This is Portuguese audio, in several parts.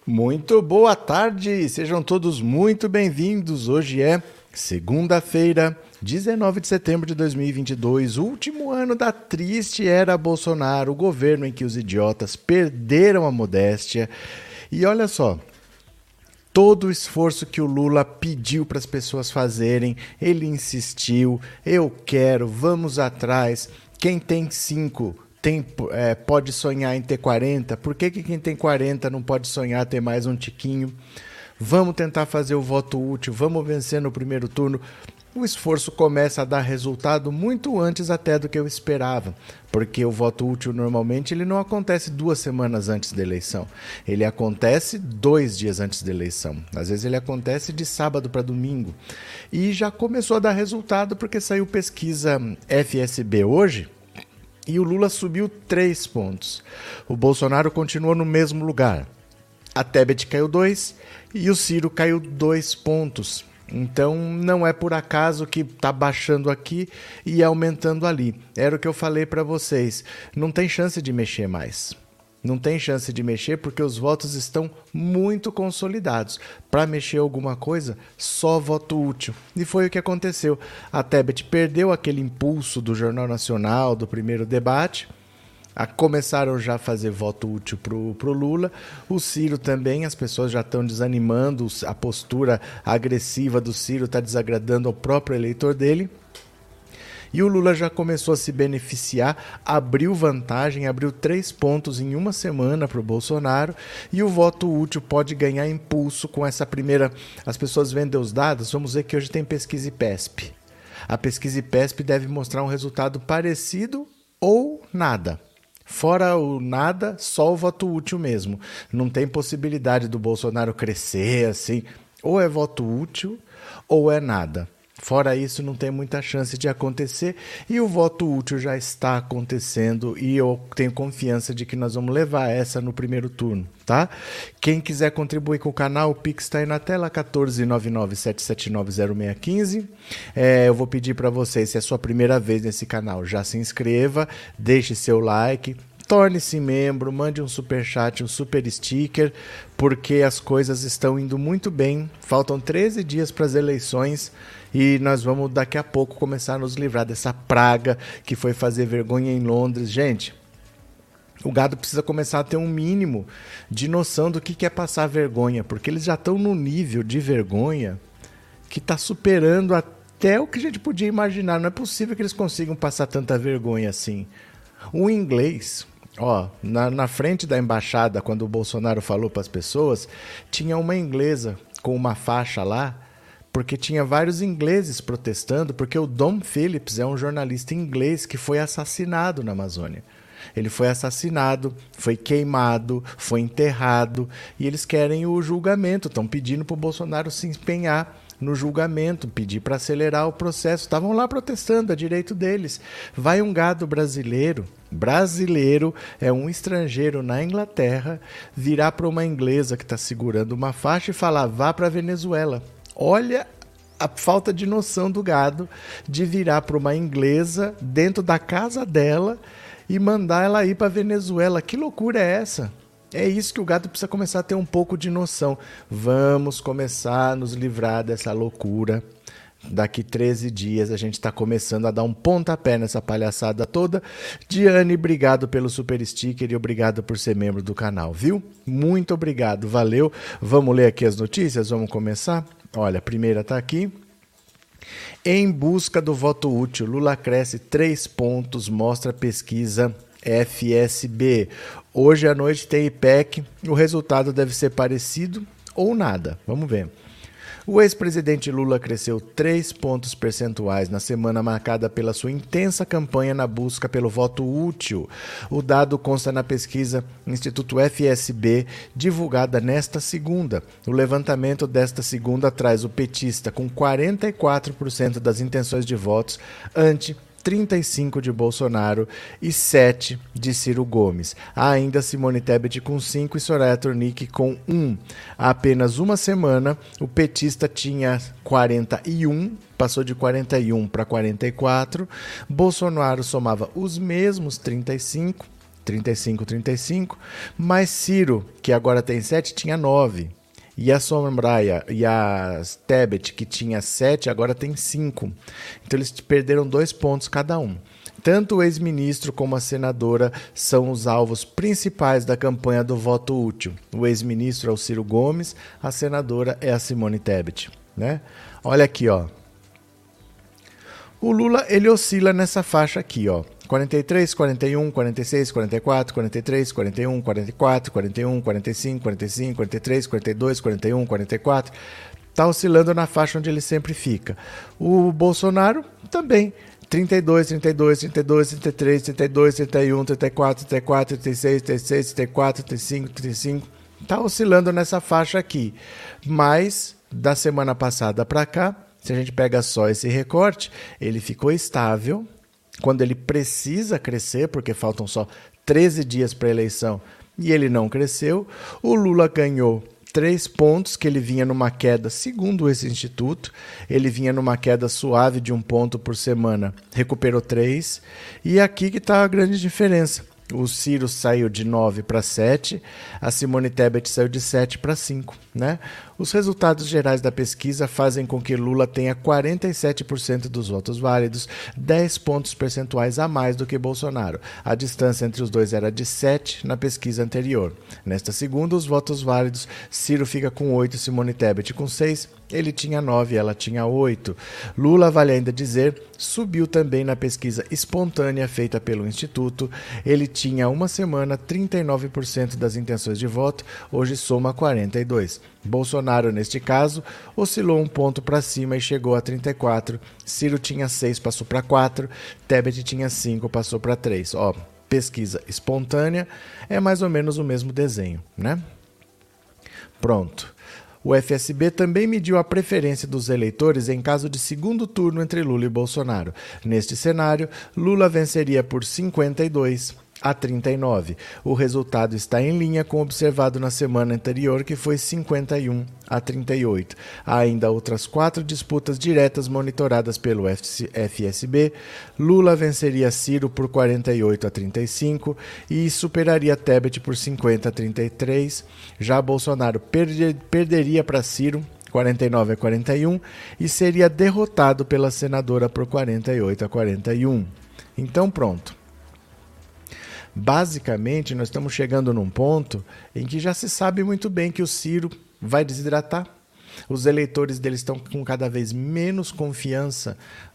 Muito boa tarde, sejam todos muito bem-vindos. Hoje é segunda-feira, 19 de setembro de 2022, último ano da triste era Bolsonaro, o governo em que os idiotas perderam a modéstia. E olha só, todo o esforço que o Lula pediu para as pessoas fazerem, ele insistiu, eu quero, vamos atrás, quem tem 5 pode sonhar em ter 40, por que quem tem 40 não pode sonhar ter mais um tiquinho? Vamos tentar fazer o voto útil, vamos vencer no primeiro turno. O esforço começa a dar resultado muito antes até do que eu esperava, porque o voto útil normalmente ele não acontece 2 semanas antes da eleição, ele acontece 2 dias antes da eleição, às vezes ele acontece de sábado para domingo, e já começou a dar resultado porque saiu pesquisa FSB hoje, e o Lula subiu 3 pontos, o Bolsonaro continuou no mesmo lugar, a Tebet caiu 2 e o Ciro caiu 2 pontos. Então não é por acaso que está baixando aqui e aumentando ali. Era o que eu falei para vocês. Não tem chance de mexer mais. Não tem chance de mexer porque os votos estão muito consolidados. Para mexer alguma coisa, só voto útil. E foi o que aconteceu. A Tebet perdeu aquele impulso do Jornal Nacional, do primeiro debate. Começaram já a fazer voto útil pro Lula, o Ciro também, as pessoas já estão desanimando, a postura agressiva do Ciro está desagradando ao próprio eleitor dele, e o Lula já começou a se beneficiar, abriu vantagem, abriu 3 pontos em uma semana para o Bolsonaro, e o voto útil pode ganhar impulso com essa primeira, as pessoas vendem os dados, vamos ver que hoje tem pesquisa IPESP, a pesquisa IPESP deve mostrar um resultado parecido ou nada. Fora o nada, só o voto útil mesmo. Não tem possibilidade do Bolsonaro crescer assim. Ou é voto útil ou é nada. Fora isso, não tem muita chance de acontecer. E o voto útil já está acontecendo e eu tenho confiança de que nós vamos levar essa no primeiro turno, tá? Quem quiser contribuir com o canal, o Pix está aí na tela, 14997790615. Eu vou pedir para vocês, se é a sua primeira vez nesse canal, já se inscreva, deixe seu like, torne-se membro, mande um superchat, um super sticker, porque as coisas estão indo muito bem. Faltam 13 dias para as eleições e nós vamos daqui a pouco começar a nos livrar dessa praga que foi fazer vergonha em Londres. Gente, o gado precisa começar a ter um mínimo de noção do que é passar vergonha, porque eles já estão no nível de vergonha que está superando até o que a gente podia imaginar. Não é possível que eles consigam passar tanta vergonha assim. O inglês... na frente da embaixada, quando o Bolsonaro falou para as pessoas, tinha uma inglesa com uma faixa lá, porque tinha vários ingleses protestando, porque o Dom Phillips é um jornalista inglês que foi assassinado na Amazônia. Ele foi assassinado, foi queimado, foi enterrado, e eles querem o julgamento, estão pedindo para o Bolsonaro se empenhar no julgamento, pedir para acelerar o processo. Estavam lá protestando, é direito deles. Vai um gado brasileiro é um estrangeiro na Inglaterra, virar para uma inglesa que está segurando uma faixa e falar, vá para a Venezuela. Olha a falta de noção do gado de virar para uma inglesa dentro da casa dela e mandar ela ir para a Venezuela. Que loucura é essa? É isso que o gado precisa começar a ter um pouco de noção. Vamos começar a nos livrar dessa loucura. Daqui 13 dias a gente está começando a dar um pontapé nessa palhaçada toda. Diane, obrigado pelo super sticker e obrigado por ser membro do canal, viu? Muito obrigado, valeu. Vamos ler aqui as notícias, vamos começar? Olha, a primeira está aqui. Em busca do voto útil, Lula cresce 3 pontos, mostra pesquisa FSB. Hoje à noite tem IPEC, o resultado deve ser parecido ou nada, vamos ver. O ex-presidente Lula cresceu 3 pontos percentuais na semana marcada pela sua intensa campanha na busca pelo voto útil. O dado consta na pesquisa Instituto FSB, divulgada nesta segunda. O levantamento desta segunda traz o petista com 44% das intenções de votos ante 35 de Bolsonaro e 7 de Ciro Gomes. Há ainda Simone Tebet com 5 e Soraya Tronic com 1. Há apenas uma semana, o petista tinha 41, passou de 41 para 44. Bolsonaro somava os mesmos 35 35, 35. Mas Ciro, que agora tem 7, tinha 9. E a Soraya e a Tebet, que tinha 7, agora tem 5. Então eles perderam 2 pontos cada um. Tanto o ex-ministro como a senadora são os alvos principais da campanha do voto útil. O ex-ministro é o Ciro Gomes, a senadora é a Simone Tebet, né? Olha aqui, ó. O Lula, ele oscila nessa faixa aqui, ó. 43, 41, 46, 44, 43, 41, 44, 41, 45, 45, 43, 42, 41, 44. Está oscilando na faixa onde ele sempre fica. O Bolsonaro também. 32, 32, 32, 33, 32, 31, 34, 34, 36, 36, 34, 35, 35. Está oscilando nessa faixa aqui. Mas, da semana passada para cá, se a gente pega só esse recorte, ele ficou estável. Quando ele precisa crescer, porque faltam só 13 dias para a eleição, e ele não cresceu, o Lula ganhou 3 pontos, que ele vinha numa queda, segundo esse instituto, ele vinha numa queda suave de 1 ponto por semana, recuperou 3, e aqui que está a grande diferença. O Ciro saiu de 9 para 7, a Simone Tebet saiu de 7 para 5, né? Os resultados gerais da pesquisa fazem com que Lula tenha 47% dos votos válidos, 10 pontos percentuais a mais do que Bolsonaro. A distância entre os dois era de 7 na pesquisa anterior. Nesta segunda, os votos válidos, Ciro fica com 8, Simone Tebet com 6, ele tinha 9, ela tinha 8. Lula, vale ainda dizer, subiu também na pesquisa espontânea feita pelo Instituto. Ele tinha uma semana 39% das intenções de voto, hoje soma 42%. Bolsonaro, neste caso, oscilou 1 ponto para cima e chegou a 34%. Ciro tinha 6, passou para 4%. Tebet tinha 5, passou para 3%. Ó, pesquisa espontânea é mais ou menos o mesmo desenho, né? Pronto. O FSB também mediu a preferência dos eleitores em caso de segundo turno entre Lula e Bolsonaro. Neste cenário, Lula venceria por 52 a 39. O resultado está em linha com o observado na semana anterior, que foi 51 a 38. Há ainda outras 4 disputas diretas monitoradas pelo FSB. Lula venceria Ciro por 48 a 35 e superaria Tebet por 50 a 33. Já Bolsonaro perderia para Ciro 49 a 41 e seria derrotado pela senadora por 48 a 41. Então pronto. Basicamente, nós estamos chegando num ponto em que já se sabe muito bem que o Ciro vai desidratar. Os eleitores dele estão com cada vez menos confiança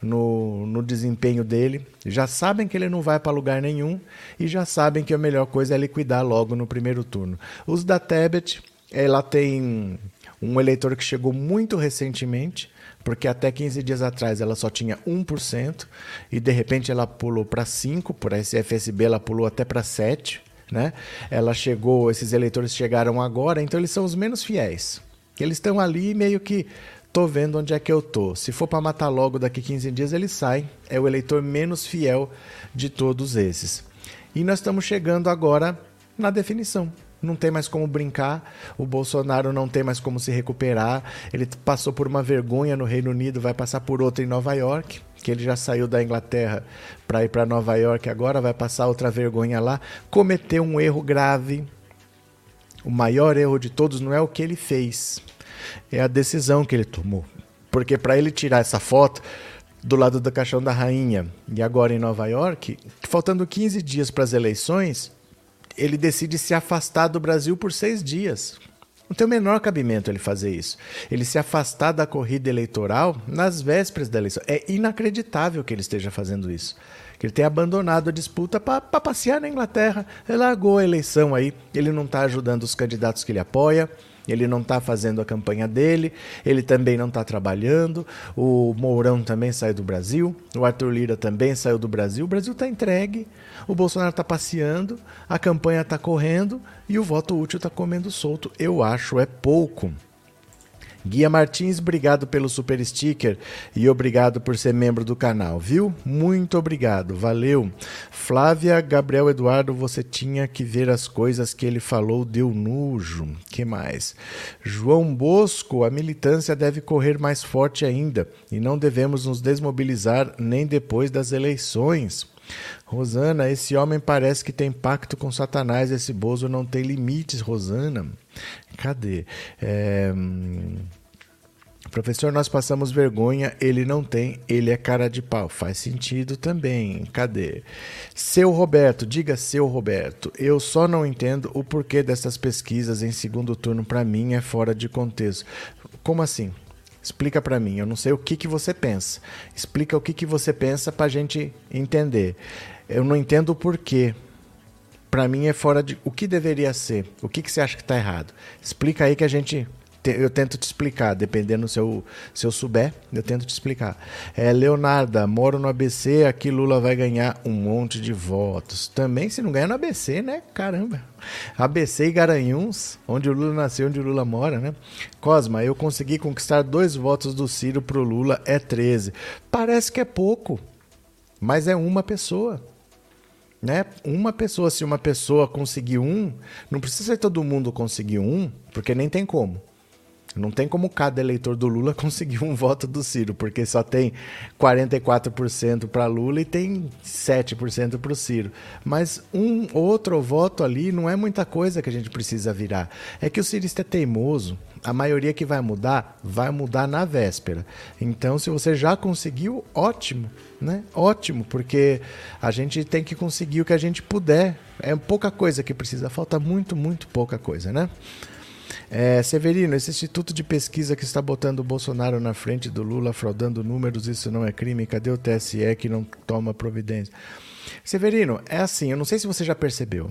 no desempenho dele, já sabem que ele não vai para lugar nenhum e já sabem que a melhor coisa é liquidar logo no primeiro turno. Os da Tebet, ela tem um eleitor que chegou muito recentemente, porque até 15 dias atrás ela só tinha 1%, e de repente ela pulou para 5%, por esse FSB ela pulou até para 7%, né? Ela chegou, esses eleitores chegaram agora, então eles são os menos fiéis. Eles estão ali meio que, tô vendo onde é que eu tô. Se for para matar logo daqui 15 dias, eles saem. É o eleitor menos fiel de todos esses. E nós estamos chegando agora na definição. Não tem mais como brincar, o Bolsonaro não tem mais como se recuperar, ele passou por uma vergonha no Reino Unido, vai passar por outra em Nova York, que ele já saiu da Inglaterra para ir para Nova York agora, vai passar outra vergonha lá, cometeu um erro grave, o maior erro de todos não é o que ele fez, é a decisão que ele tomou, porque para ele tirar essa foto do lado do caixão da rainha e agora em Nova York, faltando 15 dias para as eleições, ele decide se afastar do Brasil por 6 dias. Não tem o menor cabimento ele fazer isso. Ele se afastar da corrida eleitoral nas vésperas da eleição. É inacreditável que ele esteja fazendo isso. Que ele tenha abandonado a disputa para passear na Inglaterra. Ele largou a eleição aí. Ele não está ajudando os candidatos que ele apoia. Ele não está fazendo a campanha dele, ele também não está trabalhando, o Mourão também saiu do Brasil, o Arthur Lira também saiu do Brasil, o Brasil está entregue, o Bolsonaro está passeando, a campanha está correndo e o voto útil está comendo solto. Eu acho é pouco. Guia Martins, obrigado pelo super sticker e obrigado por ser membro do canal, viu? Muito obrigado, valeu. Flávia, Gabriel Eduardo, você tinha que ver as coisas que ele falou, deu nojo. Que mais? João Bosco, a militância deve correr mais forte ainda e não devemos nos desmobilizar nem depois das eleições. Rosana, esse homem parece que tem pacto com Satanás. Esse Bozo não tem limites, Rosana. Cadê? Professor, nós passamos vergonha, ele não tem, ele é cara de pau. Faz sentido também. Cadê? Seu Roberto, diga seu Roberto, eu só não entendo o porquê dessas pesquisas em segundo turno, para mim é fora de contexto. Como assim? Explica para mim, eu não sei o que você pensa. Explica o que você pensa para a gente entender. Eu não entendo o porquê. Para mim é fora de... O que deveria ser? O que você acha que está errado? Explica aí que eu tento te explicar, dependendo se eu souber, eu tento te explicar. Leonarda, moro no ABC, aqui Lula vai ganhar um monte de votos. Também se não ganhar no ABC, né? Caramba. ABC e Garanhuns, onde o Lula nasceu, onde o Lula mora, né? Cosma, eu consegui conquistar 2 votos do Ciro pro Lula, é 13. Parece que é pouco, mas é uma pessoa. Né? Uma pessoa, se uma pessoa conseguir não precisa ser todo mundo conseguir porque nem tem como. Não tem como cada eleitor do Lula conseguir um voto do Ciro, porque só tem 44% para Lula e tem 7% para o Ciro. Mas um outro voto ali não é muita coisa que a gente precisa virar. É que o cirista é teimoso, a maioria que vai mudar na véspera. Então, se você já conseguiu, ótimo, né? Ótimo, porque a gente tem que conseguir o que a gente puder. É pouca coisa que precisa, falta muito, muito pouca coisa, né? Severino, esse instituto de pesquisa que está botando o Bolsonaro na frente do Lula, fraudando números, isso não é crime? Cadê o TSE que não toma providência? Severino, é assim, eu não sei se você já percebeu.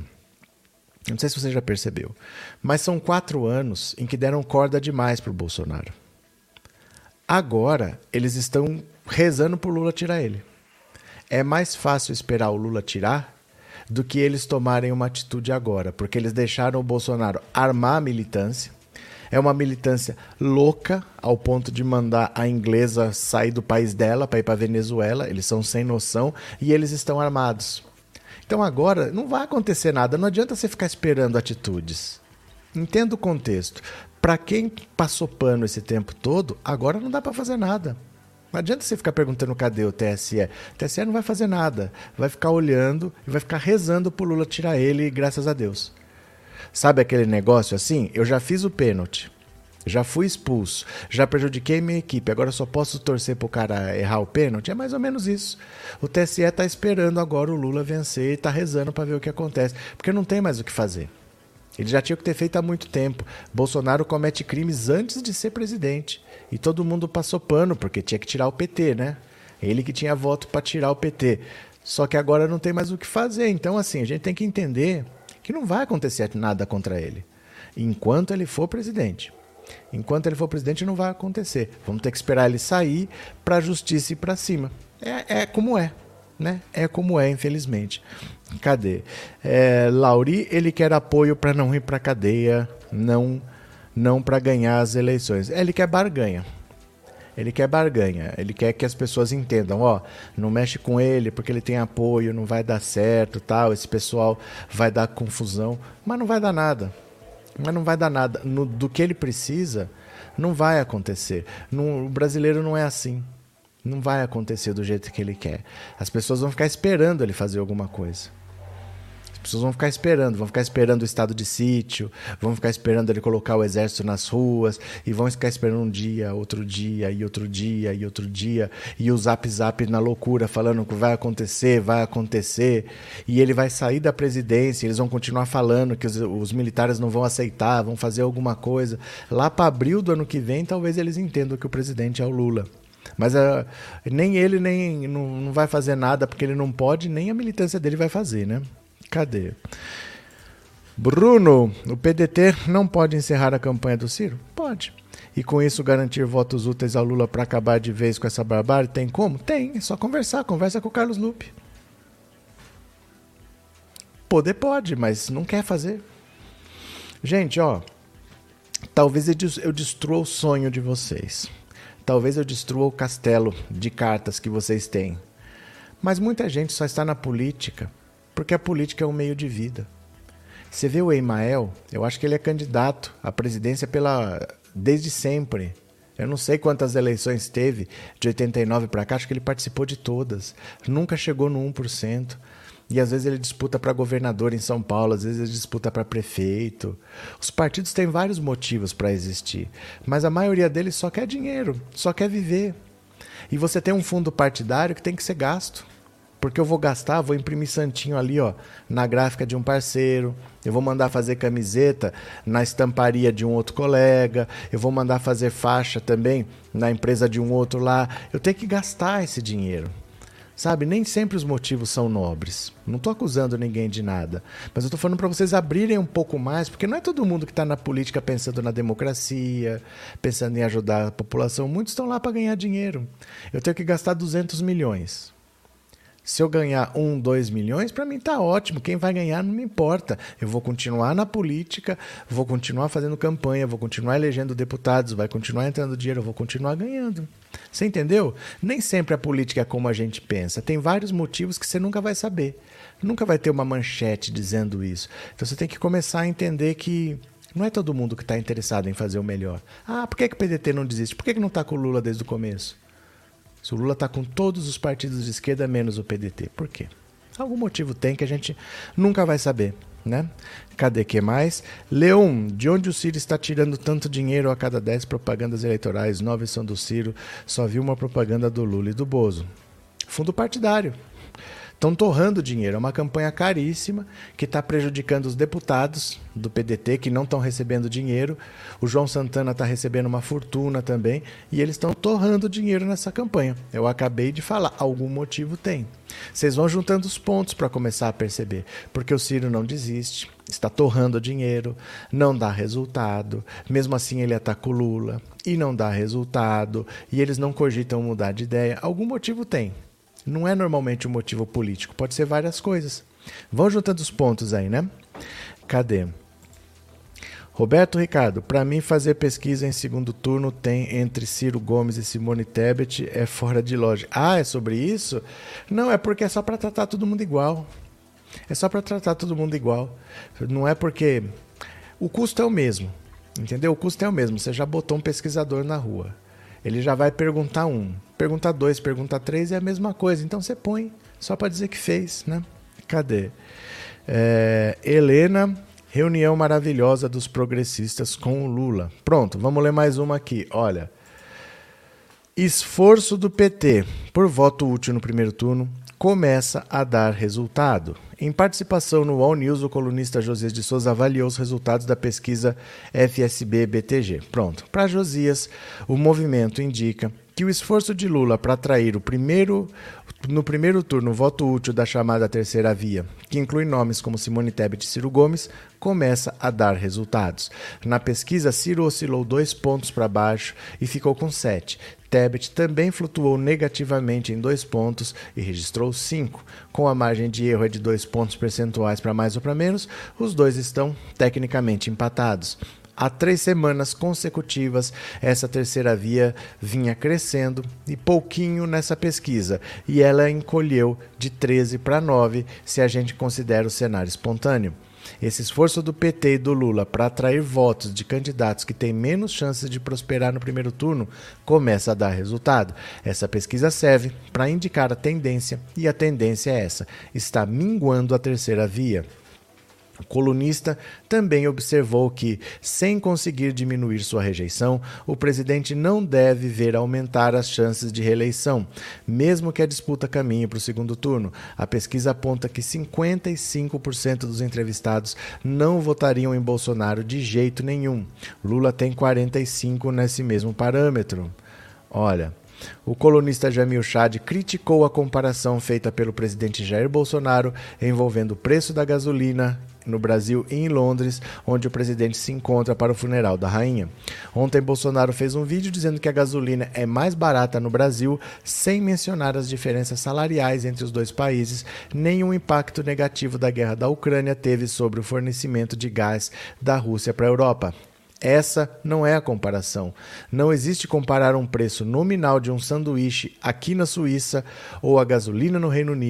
Mas são 4 anos em que deram corda demais para o Bolsonaro. Agora, eles estão rezando para o Lula tirar ele. É mais fácil esperar o Lula tirar do que eles tomarem uma atitude agora, porque eles deixaram o Bolsonaro armar a militância. É uma militância louca, ao ponto de mandar a inglesa sair do país dela para ir para a Venezuela. Eles são sem noção e eles estão armados. Então agora não vai acontecer nada, não adianta você ficar esperando atitudes. Entenda o contexto. Para quem passou pano esse tempo todo, agora não dá para fazer nada. Não adianta você ficar perguntando cadê o TSE. O TSE não vai fazer nada. Vai ficar olhando e vai ficar rezando pro Lula tirar ele, graças a Deus. Sabe aquele negócio assim? Eu já fiz o pênalti. Já fui expulso. Já prejudiquei minha equipe. Agora só posso torcer pro cara errar o pênalti? É mais ou menos isso. O TSE tá esperando agora o Lula vencer e tá rezando para ver o que acontece. Porque não tem mais o que fazer. Ele já tinha que ter feito há muito tempo. Bolsonaro comete crimes antes de ser presidente. E todo mundo passou pano, porque tinha que tirar o PT, né? Ele que tinha voto para tirar o PT. Só que agora não tem mais o que fazer. Então, assim, a gente tem que entender que não vai acontecer nada contra ele. Enquanto ele for presidente. Enquanto ele for presidente, não vai acontecer. Vamos ter que esperar ele sair para a justiça ir para cima. É como é. Né? É como é, infelizmente. Cadê? Lauri, ele quer apoio para não ir para cadeia, não para ganhar as eleições. Ele quer barganha. Ele quer que as pessoas entendam, não mexe com ele porque ele tem apoio, não vai dar certo, tal, esse pessoal vai dar confusão, mas não vai dar nada. Do que ele precisa, não vai acontecer. O brasileiro não é assim. Não vai acontecer do jeito que ele quer. As pessoas vão ficar esperando ele fazer alguma coisa. As pessoas vão ficar esperando o estado de sítio, vão ficar esperando ele colocar o exército nas ruas, e vão ficar esperando um dia, outro dia, e outro dia, e outro dia, e o zap na loucura, falando que vai acontecer, e ele vai sair da presidência, eles vão continuar falando que os militares não vão aceitar, vão fazer alguma coisa. Lá para abril do ano que vem, talvez eles entendam que o presidente é o Lula. Mas nem ele não vai fazer nada porque ele não pode, nem a militância dele vai fazer, né? Cadê? Bruno, o PDT não pode encerrar a campanha do Ciro? Pode. E com isso garantir votos úteis ao Lula para acabar de vez com essa barbárie? Tem como? Tem, é só conversa com o Carlos Lupe. Poder pode, mas não quer fazer. Gente, talvez eu destrua o sonho de vocês. Talvez eu destrua o castelo de cartas que vocês têm. Mas muita gente só está na política porque a política é um meio de vida. Você vê o Emael, eu acho que ele é candidato à presidência desde sempre. Eu não sei quantas eleições teve de 89 para cá, acho que ele participou de todas. Nunca chegou no 1%. E às vezes ele disputa para governador em São Paulo, às vezes ele disputa para prefeito. Os partidos têm vários motivos para existir, mas a maioria deles só quer dinheiro, só quer viver. E você tem um fundo partidário que tem que ser gasto. Porque eu vou gastar, vou imprimir santinho ali, ó, na gráfica de um parceiro, eu vou mandar fazer camiseta na estamparia de um outro colega, eu vou mandar fazer faixa também na empresa de um outro lá. Eu tenho que gastar esse dinheiro. Sabe, nem sempre os motivos são nobres. Não estou acusando ninguém de nada. Mas eu estou falando para vocês abrirem um pouco mais, porque não é todo mundo que está na política pensando na democracia, pensando em ajudar a população. Muitos estão lá para ganhar dinheiro. Eu tenho que gastar 200 milhões. Se eu ganhar 1, 2 milhões, para mim está ótimo. Quem vai ganhar não me importa. Eu vou continuar na política, vou continuar fazendo campanha, vou continuar elegendo deputados, vai continuar entrando dinheiro, eu vou continuar ganhando. Você entendeu? Nem sempre a política é como a gente pensa. Tem vários motivos que você nunca vai saber. Nunca vai ter uma manchete dizendo isso. Então você tem que começar a entender que não é todo mundo que está interessado em fazer o melhor. Ah, por que o PDT não desiste? Por que não está com o Lula desde o começo? Se o Lula está com todos os partidos de esquerda, menos o PDT. Por quê? Algum motivo tem que a gente nunca vai saber, né? Cadê que mais? Leon, de onde o Ciro está tirando tanto dinheiro a cada 10 propagandas eleitorais? 9 são do Ciro, só vi uma propaganda do Lula e do Bozo. Fundo partidário. Estão torrando dinheiro. É uma campanha caríssima que está prejudicando os deputados do PDT que não estão recebendo dinheiro. O João Santana está recebendo uma fortuna também e eles estão torrando dinheiro nessa campanha. Eu acabei de falar. Algum motivo tem. Vocês vão juntando os pontos para começar a perceber. Porque o Ciro não desiste, está torrando dinheiro, não dá resultado. Mesmo assim ele ataca o Lula e não dá resultado. E eles não cogitam mudar de ideia. Algum motivo tem. Não é normalmente um motivo político, pode ser várias coisas. Vão juntando os pontos aí, né? Cadê? Roberto Ricardo, para mim fazer pesquisa em segundo turno tem entre Ciro Gomes e Simone Tebet é fora de lógica. Ah, é sobre isso? Não, é porque é só para tratar todo mundo igual. É só para tratar todo mundo igual. Não é porque... O custo é o mesmo, entendeu? O custo é o mesmo. Você já botou um pesquisador na rua. Ele já vai perguntar 1, pergunta 2, pergunta 3 é a mesma coisa. Então você põe só para dizer que fez, né? Cadê? Helena, reunião maravilhosa dos progressistas com o Lula. Pronto, vamos ler mais uma aqui. Olha, esforço do PT por voto útil no primeiro turno começa a dar resultado. Em participação no All News, o colunista Josias de Souza avaliou os resultados da pesquisa FSB-BTG. Pronto. Para Josias, o movimento indica que o esforço de Lula para atrair no primeiro turno o voto útil da chamada terceira via, que inclui nomes como Simone Tebet e Ciro Gomes, começa a dar resultados. Na pesquisa, Ciro oscilou 2 pontos para baixo e ficou com 7. Tebet também flutuou negativamente em 2 pontos e registrou 5. Com a margem de erro de 2 pontos percentuais para mais ou para menos, os dois estão tecnicamente empatados. Há 3 semanas consecutivas, essa terceira via vinha crescendo e pouquinho nessa pesquisa, e ela encolheu de 13 para 9 se a gente considera o cenário espontâneo. Esse esforço do PT e do Lula para atrair votos de candidatos que têm menos chances de prosperar no primeiro turno começa a dar resultado. Essa pesquisa serve para indicar a tendência, e a tendência é essa: está minguando a terceira via. O colunista também observou que, sem conseguir diminuir sua rejeição, o presidente não deve ver aumentar as chances de reeleição, mesmo que a disputa caminhe para o segundo turno. A pesquisa aponta que 55% dos entrevistados não votariam em Bolsonaro de jeito nenhum. Lula tem 45% nesse mesmo parâmetro. Olha... O colunista Jamil Chad criticou a comparação feita pelo presidente Jair Bolsonaro envolvendo o preço da gasolina no Brasil e em Londres, onde o presidente se encontra para o funeral da rainha. Ontem, Bolsonaro fez um vídeo dizendo que a gasolina é mais barata no Brasil, sem mencionar as diferenças salariais entre os dois países, nem o impacto negativo da guerra da Ucrânia teve sobre o fornecimento de gás da Rússia para a Europa. Essa não é a comparação. Não existe comparar um preço nominal de um sanduíche aqui na Suíça ou a gasolina no Reino Unido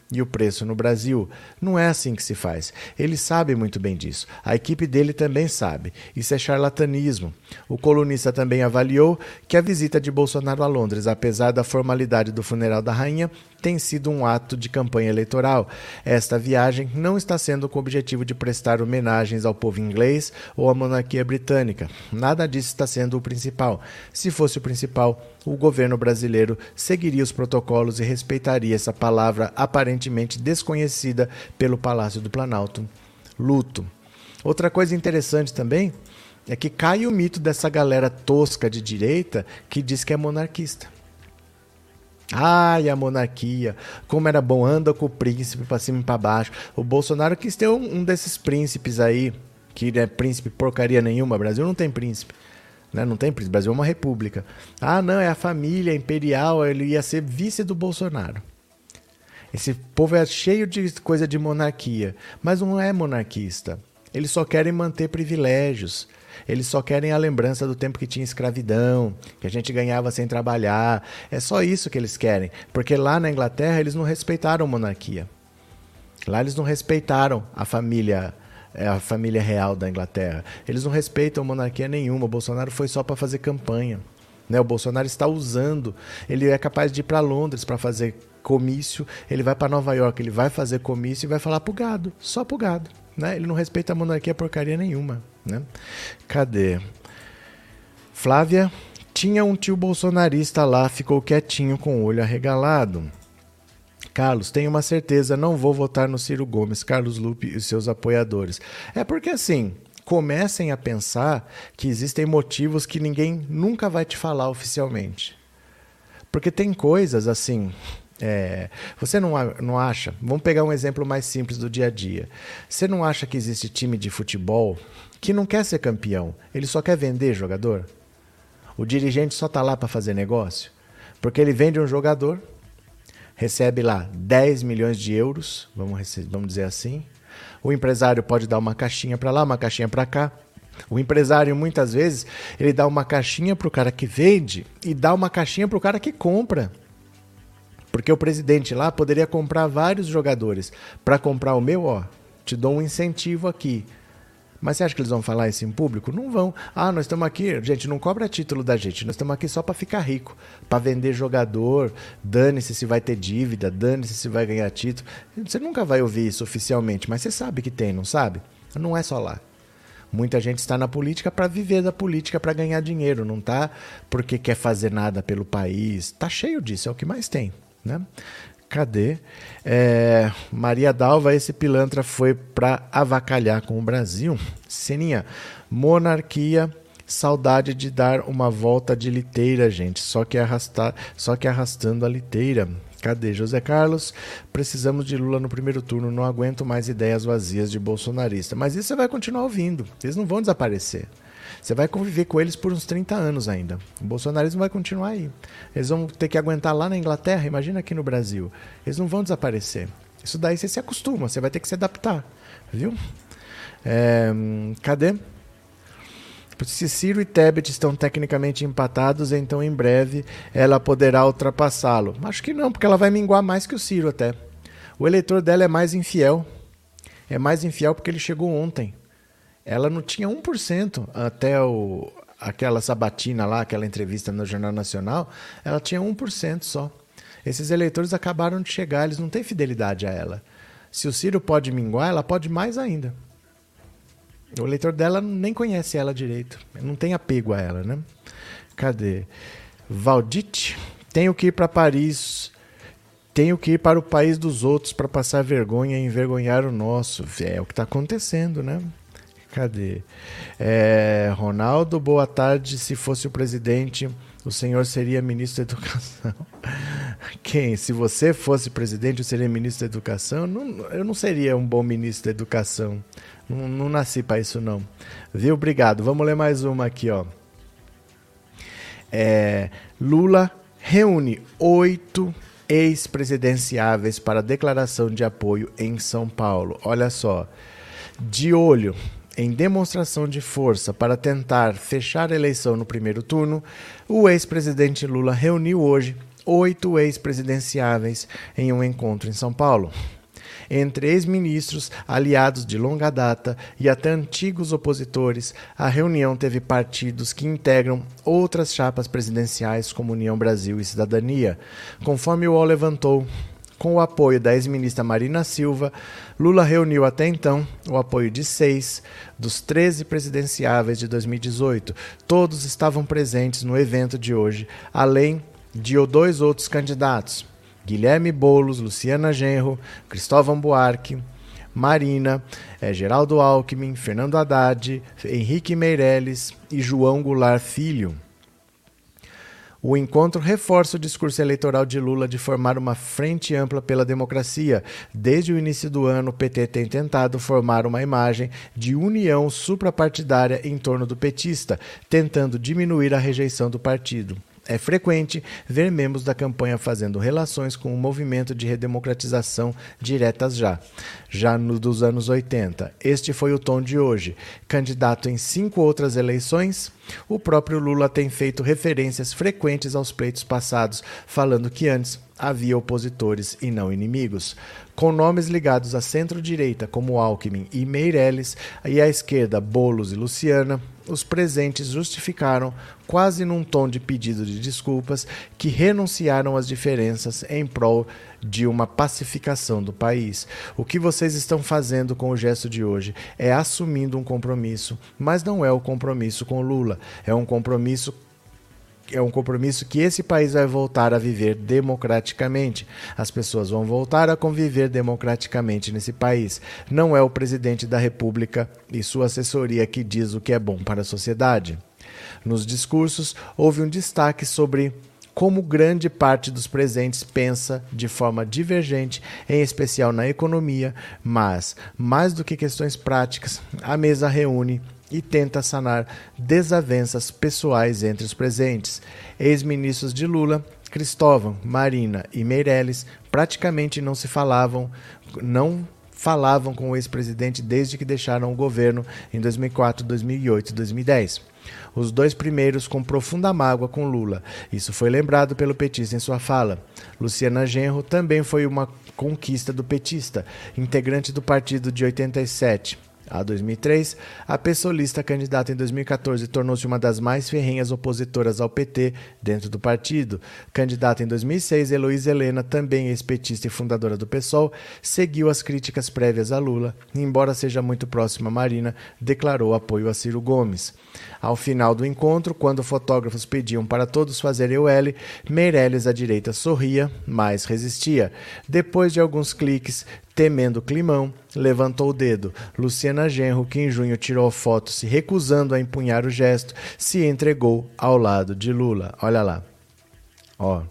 e o preço no Brasil. Não é assim que se faz. Ele sabe muito bem disso. A equipe dele também sabe. Isso é charlatanismo. O colunista também avaliou que a visita de Bolsonaro a Londres, apesar da formalidade do funeral da rainha, tem sido um ato de campanha eleitoral. Esta viagem não está sendo com o objetivo de prestar homenagens ao povo inglês ou à monarquia britânica. Nada disso está sendo o principal. Se fosse o principal, o governo brasileiro seguiria os protocolos e respeitaria essa palavra aparentemente desconhecida pelo Palácio do Planalto: luto. Outra coisa interessante também é que cai o mito dessa galera tosca de direita que diz que é monarquista. Ai, a monarquia, como era bom, anda com o príncipe para cima e para baixo. O Bolsonaro quis ter um desses príncipes aí, que não é príncipe porcaria nenhuma. O Brasil não tem príncipe, né? Não tem príncipe, o Brasil é uma república. Ah, não, é a família imperial, ele ia ser vice do Bolsonaro. Esse povo é cheio de coisa de monarquia, mas não é monarquista. Eles só querem manter privilégios. Eles só querem a lembrança do tempo que tinha escravidão, que a gente ganhava sem trabalhar. É só isso que eles querem. Porque lá na Inglaterra eles não respeitaram a monarquia. Lá eles não respeitaram a família real da Inglaterra. Eles não respeitam monarquia nenhuma. O Bolsonaro foi só para fazer campanha, né? O Bolsonaro está usando. Ele é capaz de ir para Londres para fazer comício. Ele vai para Nova York, ele vai fazer comício e vai falar pro gado. Só pro gado, né? Ele não respeita a monarquia porcaria nenhuma, né? Cadê? Flávia, tinha um tio bolsonarista lá, ficou quietinho com o olho arregalado. Carlos, tenho uma certeza, não vou votar no Ciro Gomes, Carlos Lupe e seus apoiadores. É porque assim, comecem a pensar que existem motivos que ninguém nunca vai te falar oficialmente. Porque tem coisas assim... você não acha? Vamos pegar um exemplo mais simples do dia a dia. Você não acha que existe time de futebol que não quer ser campeão? Ele só quer vender jogador? O dirigente só está lá para fazer negócio? Porque ele vende um jogador, recebe lá 10 milhões de euros, vamos dizer assim. O empresário pode dar uma caixinha para lá, uma caixinha para cá. O empresário, muitas vezes, ele dá uma caixinha para o cara que vende e dá uma caixinha para o cara que compra. Porque o presidente lá poderia comprar vários jogadores. Para comprar o meu, ó, te dou um incentivo aqui. Mas você acha que eles vão falar isso em público? Não vão. Ah, nós estamos aqui, gente, não cobra título da gente. Nós estamos aqui só para ficar rico, para vender jogador. Dane-se se vai ter dívida, dane-se se vai ganhar título. Você nunca vai ouvir isso oficialmente, mas você sabe que tem, não sabe? Não é só lá. Muita gente está na política para viver da política, para ganhar dinheiro. Não tá porque quer fazer nada pelo país. Tá cheio disso, é o que mais tem, né? Cadê? Maria Dalva, esse pilantra foi para avacalhar com o Brasil. Seninha, monarquia, saudade de dar uma volta de liteira, gente. Só que arrastando a liteira. Cadê? José Carlos, precisamos de Lula no primeiro turno, não aguento mais ideias vazias de bolsonarista. Mas isso você vai continuar ouvindo, eles não vão desaparecer. Você vai conviver com eles por uns 30 anos ainda. O bolsonarismo vai continuar aí. Eles vão ter que aguentar lá na Inglaterra, imagina aqui no Brasil. Eles não vão desaparecer. Isso daí você se acostuma, você vai ter que se adaptar. Viu? Cadê? Se Ciro e Tebet estão tecnicamente empatados, então em breve ela poderá ultrapassá-lo. Acho que não, porque ela vai minguar mais que o Ciro até. O eleitor dela é mais infiel. É mais infiel porque ele chegou ontem. Ela não tinha 1% até aquela sabatina lá, aquela entrevista no Jornal Nacional, ela tinha 1% só. Esses eleitores acabaram de chegar, eles não têm fidelidade a ela. Se o Ciro pode minguar, ela pode mais ainda. O eleitor dela nem conhece ela direito, não tem apego a ela, né? Cadê? Valdite, tenho que ir para Paris, tenho que ir para o país dos outros para passar vergonha e envergonhar o nosso. É o que está acontecendo, né? Cadê? Ronaldo, boa tarde. Se fosse o presidente, o senhor seria ministro da Educação. Quem? Se você fosse presidente, eu seria ministro da Educação? Não, eu não seria um bom ministro da Educação. Não nasci para isso, não. Viu? Obrigado. Vamos ler mais uma aqui, ó. Lula reúne 8 ex-presidenciáveis para declaração de apoio em São Paulo. Olha só. De olho em demonstração de força para tentar fechar a eleição no primeiro turno, o ex-presidente Lula reuniu hoje 8 ex-presidenciáveis em um encontro em São Paulo. Entre ex-ministros, aliados de longa data e até antigos opositores, a reunião teve partidos que integram outras chapas presidenciais como União Brasil e Cidadania. Conforme o UOL levantou, com o apoio da ex-ministra Marina Silva, Lula reuniu até então o apoio de 6 dos 13 presidenciáveis de 2018. Todos estavam presentes no evento de hoje, além de 2 outros candidatos: Guilherme Boulos, Luciana Genro, Cristóvão Buarque, Marina, Geraldo Alckmin, Fernando Haddad, Henrique Meirelles e João Goulart Filho. O encontro reforça o discurso eleitoral de Lula de formar uma frente ampla pela democracia. Desde o início do ano, o PT tem tentado formar uma imagem de união suprapartidária em torno do petista, tentando diminuir a rejeição do partido. É frequente ver membros da campanha fazendo relações com o movimento de redemocratização diretas já dos anos 80. Este foi o tom de hoje. Candidato em 5 outras eleições, o próprio Lula tem feito referências frequentes aos pleitos passados, falando que antes havia opositores e não inimigos. Com nomes ligados à centro-direita, como Alckmin e Meirelles, e à esquerda, Boulos e Luciana, os presentes justificaram, quase num tom de pedido de desculpas, que renunciaram às diferenças em prol de uma pacificação do país. O que vocês estão fazendo com o gesto de hoje é assumindo um compromisso, mas não é o compromisso com Lula, é um compromisso que esse país vai voltar a viver democraticamente. As pessoas vão voltar a conviver democraticamente nesse país. Não é o presidente da República e sua assessoria que diz o que é bom para a sociedade. Nos discursos, houve um destaque sobre como grande parte dos presentes pensa de forma divergente, em especial na economia, mas, mais do que questões práticas, a mesa reúne e tenta sanar desavenças pessoais entre os presentes. Ex-ministros de Lula, Cristóvão, Marina e Meirelles praticamente não falavam com o ex-presidente desde que deixaram o governo em 2004, 2008 e 2010. Os 2 primeiros com profunda mágoa com Lula. Isso foi lembrado pelo petista em sua fala. Luciana Genro também foi uma conquista do petista, integrante do partido de 87 a 2003, a pessoalista candidata em 2014 tornou-se uma das mais ferrenhas opositoras ao PT dentro do partido. Candidata em 2006, Heloísa Helena, também ex-petista e fundadora do PSOL, seguiu as críticas prévias a Lula e, embora seja muito próxima a Marina, declarou apoio a Ciro Gomes. Ao final do encontro, quando fotógrafos pediam para todos fazerem o L, Meirelles à direita sorria, mas resistia. Depois de alguns cliques, temendo o climão, levantou o dedo. Luciana Genro, que em junho tirou foto se recusando a empunhar o gesto, se entregou ao lado de Lula. Olha lá. Ó.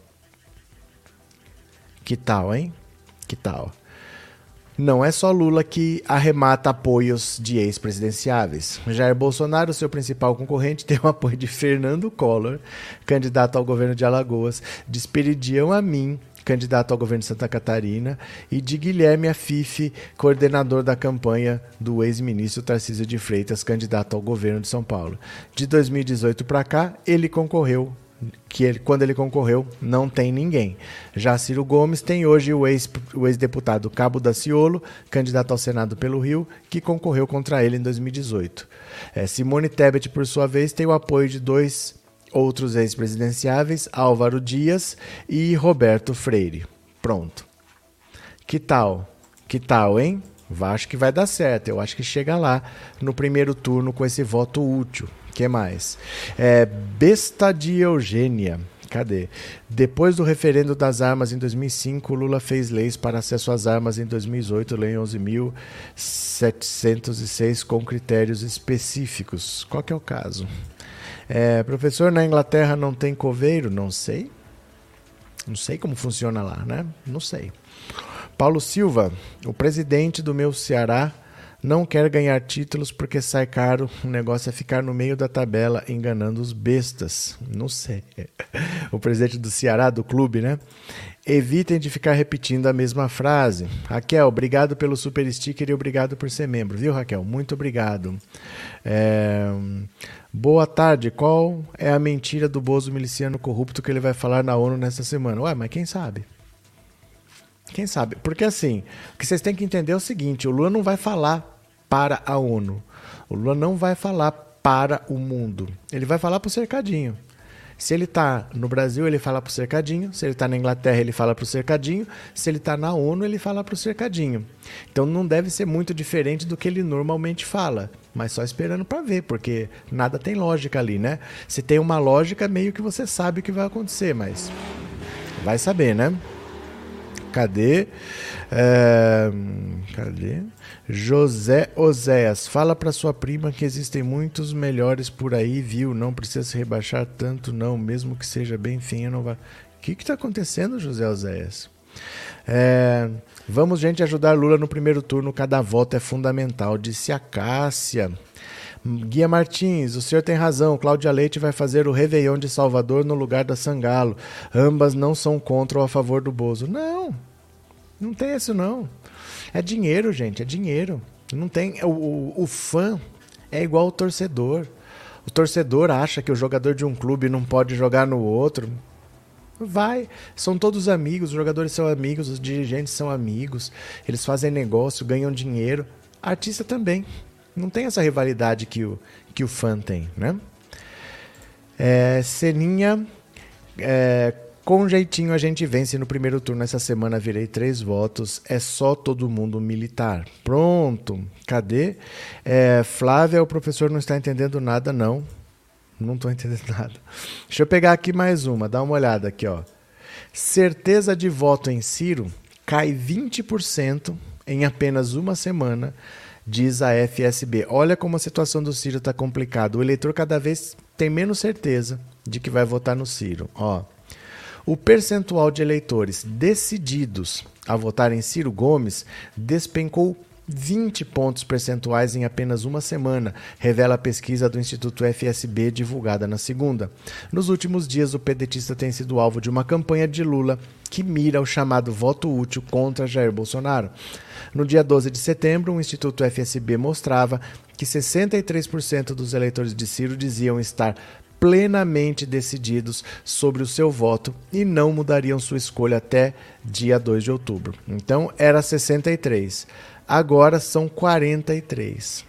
Que tal, hein? Que tal? Não é só Lula que arremata apoios de ex-presidenciáveis. Jair Bolsonaro, seu principal concorrente, tem o apoio de Fernando Collor, candidato ao governo de Alagoas, de Esperidião Amin, candidato ao governo de Santa Catarina, e de Guilherme Afife, coordenador da campanha do ex-ministro Tarcísio de Freitas, candidato ao governo de São Paulo. De 2018 para cá, quando ele concorreu, não tem ninguém. Já Ciro Gomes tem hoje o ex-deputado Cabo Daciolo, candidato ao Senado pelo Rio, que concorreu contra ele em 2018. Simone Tebet, por sua vez, tem o apoio de 2 outros ex-presidenciáveis, Álvaro Dias e Roberto Freire. Pronto. Que tal? Que tal, hein? Acho que vai dar certo. Eu acho que chega lá no primeiro turno com esse voto útil. O que mais? Besta de Eugênia. Cadê? Depois do referendo das armas em 2005, Lula fez leis para acesso às armas em 2018, Lei 11.706, com critérios específicos. Qual que é o caso? Professor, na Inglaterra não tem coveiro? Não sei. Não sei como funciona lá, né? Não sei. Paulo Silva, o presidente do meu Ceará não quer ganhar títulos porque sai caro, o negócio é ficar no meio da tabela enganando os bestas. Não sei. O presidente do Ceará, do clube, né? Evitem de ficar repetindo a mesma frase. Raquel, obrigado pelo super sticker e obrigado por ser membro. Viu, Raquel? Muito obrigado. Boa tarde. Qual é a mentira do Bozo miliciano corrupto que ele vai falar na ONU nessa semana? Ué, mas quem sabe? Quem sabe? Porque assim, o que vocês têm que entender é o seguinte, o Lula não vai falar para a ONU. O Lula não vai falar para o mundo. Ele vai falar para o cercadinho. Se ele está no Brasil, ele fala para o cercadinho. Se ele está na Inglaterra, ele fala para o cercadinho. Se ele está na ONU, ele fala para o cercadinho. Então não deve ser muito diferente do que ele normalmente fala. Mas só esperando para ver, porque nada tem lógica ali, né? Se tem uma lógica, meio que você sabe o que vai acontecer, mas vai saber, né? Cadê? José Oséias, fala para sua prima que existem muitos melhores por aí, viu? Não precisa se rebaixar tanto, não. Mesmo que seja bem feinha, não vai. O que está acontecendo, José Oséias? Vamos, gente, ajudar Lula no primeiro turno. Cada voto é fundamental, disse a Cássia. Guia Martins, o senhor tem razão, Cláudia Leite vai fazer o Réveillon de Salvador no lugar da Sangalo. Ambas não são contra ou a favor do Bozo. Não tem isso não. É dinheiro, gente, é dinheiro. Não tem. O fã é igual o torcedor. O torcedor acha que o jogador de um clube não pode jogar no outro. Vai, são todos amigos, os jogadores são amigos, os dirigentes são amigos, eles fazem negócio, ganham dinheiro. Artista também. Não tem essa rivalidade que o fã tem, né? Seninha, com jeitinho a gente vence no primeiro turno. Essa semana virei 3 votos. É só todo mundo militar. Pronto. Cadê? Flávia, o professor não está entendendo nada, não. Não estou entendendo nada. Deixa eu pegar aqui mais uma. Dá uma olhada aqui, ó. Certeza de voto em Ciro cai 20% em apenas uma semana, diz a FSB. Olha como a situação do Ciro está complicada. O eleitor cada vez tem menos certeza de que vai votar no Ciro. Ó, o percentual de eleitores decididos a votar em Ciro Gomes despencou 20 pontos percentuais em apenas uma semana, revela a pesquisa do Instituto FSB divulgada na segunda. Nos últimos dias, o pedetista tem sido alvo de uma campanha de Lula que mira o chamado voto útil contra Jair Bolsonaro. No dia 12 de setembro, o Instituto FSB mostrava que 63% dos eleitores de Ciro diziam estar plenamente decididos sobre o seu voto e não mudariam sua escolha até dia 2 de outubro. Então, era 63%. Agora são 43%.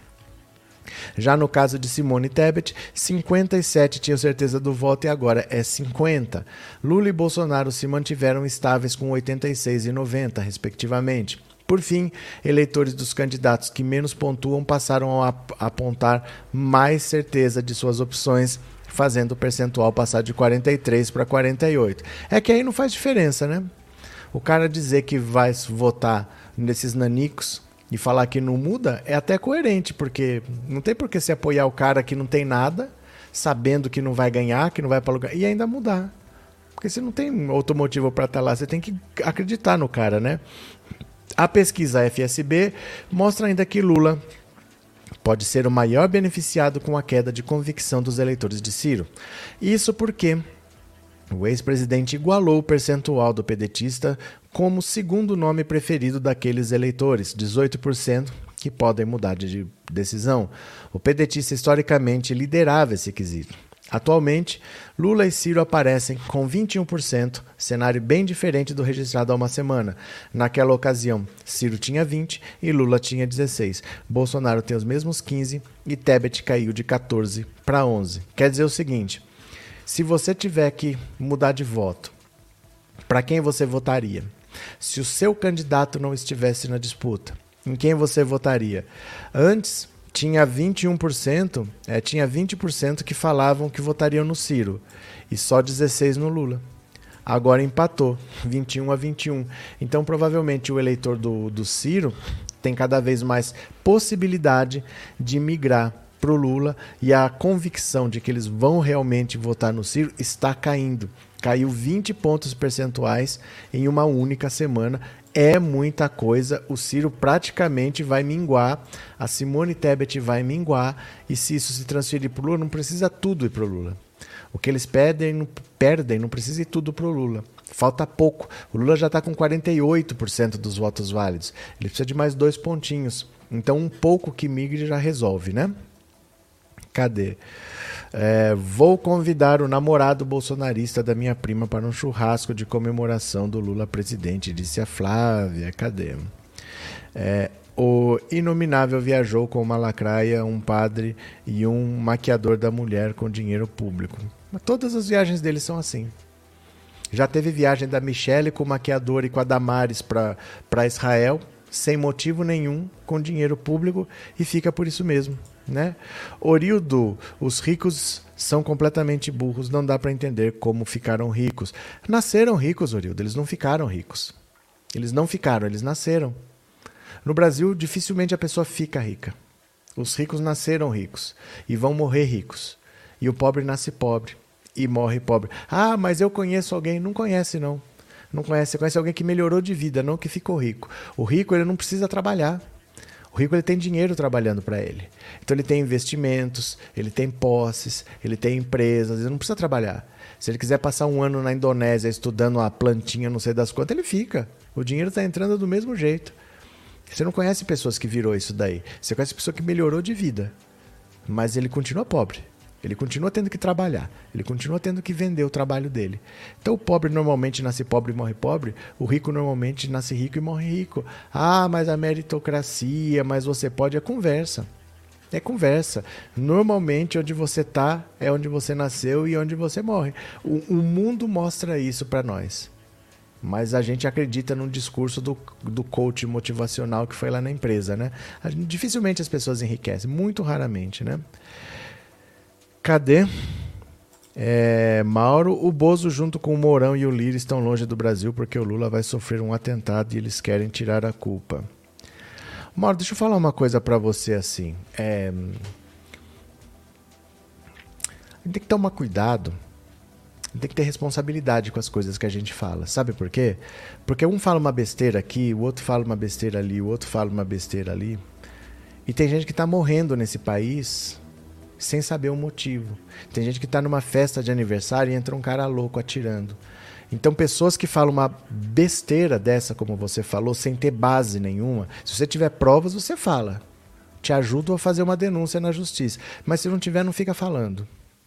Já no caso de Simone Tebet, 57% tinham certeza do voto e agora é 50%. Lula e Bolsonaro se mantiveram estáveis com 86% e 90%, respectivamente. Por fim, eleitores dos candidatos que menos pontuam passaram a apontar mais certeza de suas opções, fazendo o percentual passar de 43% para 48%. É que aí não faz diferença, né? O cara dizer que vai votar nesses nanicos e falar que não muda é até coerente, porque não tem por que você apoiar o cara que não tem nada, sabendo que não vai ganhar, que não vai para lugar, e ainda mudar. Porque você não tem outro motivo para estar lá, você tem que acreditar no cara, né? A pesquisa FSB mostra ainda que Lula pode ser o maior beneficiado com a queda de convicção dos eleitores de Ciro. Isso porque o ex-presidente igualou o percentual do pedetista como segundo nome preferido daqueles eleitores, 18%, que podem mudar de decisão. O pedetista historicamente liderava esse quesito. Atualmente, Lula e Ciro aparecem com 21%, cenário bem diferente do registrado há uma semana. Naquela ocasião, Ciro tinha 20% e Lula tinha 16%. Bolsonaro tem os mesmos 15% e Tebet caiu de 14% para 11%. Quer dizer o seguinte, se você tiver que mudar de voto, para quem você votaria? Se o seu candidato não estivesse na disputa, em quem você votaria? Antes, tinha 21%, tinha 20% que falavam que votariam no Ciro e só 16% no Lula. Agora empatou, 21-21. Então, provavelmente, o eleitor do Ciro tem cada vez mais possibilidade de migrar para o Lula e a convicção de que eles vão realmente votar no Ciro está caindo. Caiu 20 pontos percentuais em uma única semana. É muita coisa. O Ciro praticamente vai minguar. A Simone Tebet vai minguar. E se isso se transferir para o Lula, não precisa tudo ir para o Lula. O que eles perdem, não precisa ir tudo para o Lula. Falta pouco. O Lula já está com 48% dos votos válidos. Ele precisa de mais 2 pontinhos. Então, um pouco que migre já resolve, né? Cadê? Vou convidar o namorado bolsonarista da minha prima para um churrasco de comemoração do Lula presidente, disse a Flávia. Cadê? O Inominável viajou com uma lacraia, um padre e um maquiador da mulher com dinheiro público. Mas todas as viagens deles são assim. Já teve viagem da Michelle com o maquiador e com a Damares para Israel, sem motivo nenhum, com dinheiro público, e fica por isso mesmo. Né? Orildo, os ricos são completamente burros, não dá para entender como ficaram ricos. Nasceram ricos, Orildo, eles não ficaram ricos. Eles não ficaram, eles nasceram. No Brasil, dificilmente a pessoa fica rica. Os ricos nasceram ricos e vão morrer ricos. E o pobre nasce pobre e morre pobre. Ah, mas eu conheço alguém. Não conhece, não. Não conhece. Você conhece alguém que melhorou de vida, não que ficou rico. O rico, ele não precisa trabalhar. O rico, ele tem dinheiro trabalhando para ele. Então ele tem investimentos, ele tem posses, ele tem empresas, ele não precisa trabalhar. Se ele quiser passar um ano na Indonésia estudando a plantinha, não sei das quantas, ele fica. O dinheiro está entrando do mesmo jeito. Você não conhece pessoas que virou isso daí. Você conhece pessoa que melhorou de vida. Mas ele continua pobre. Ele continua tendo que trabalhar. Ele continua tendo que vender o trabalho dele. Então o pobre normalmente nasce pobre e morre pobre. O rico normalmente nasce rico e morre rico. Ah, mas a meritocracia, mas você pode. É conversa. É conversa. Normalmente onde você está é onde você nasceu e onde você morre. O mundo mostra isso para nós. Mas a gente acredita num discurso do coach motivacional que foi lá na empresa, né? Dificilmente as pessoas enriquecem. Muito raramente, né? Cadê? Mauro, o Bozo junto com o Mourão e o Lira estão longe do Brasil porque o Lula vai sofrer um atentado e eles querem tirar a culpa. Mauro, deixa eu falar uma coisa pra você assim. A gente tem que tomar cuidado, tem que ter responsabilidade com as coisas que a gente fala. Sabe por quê? Porque um fala uma besteira aqui, o outro fala uma besteira ali, o outro fala uma besteira ali. E tem gente que tá morrendo nesse país sem saber o motivo. Tem gente que está numa festa de aniversário e entra um cara louco atirando. Então, pessoas que falam uma besteira dessa, como você falou, sem ter base nenhuma, se você tiver provas, você fala. Te ajudo a fazer uma denúncia na justiça. Mas se não tiver, não fica falando.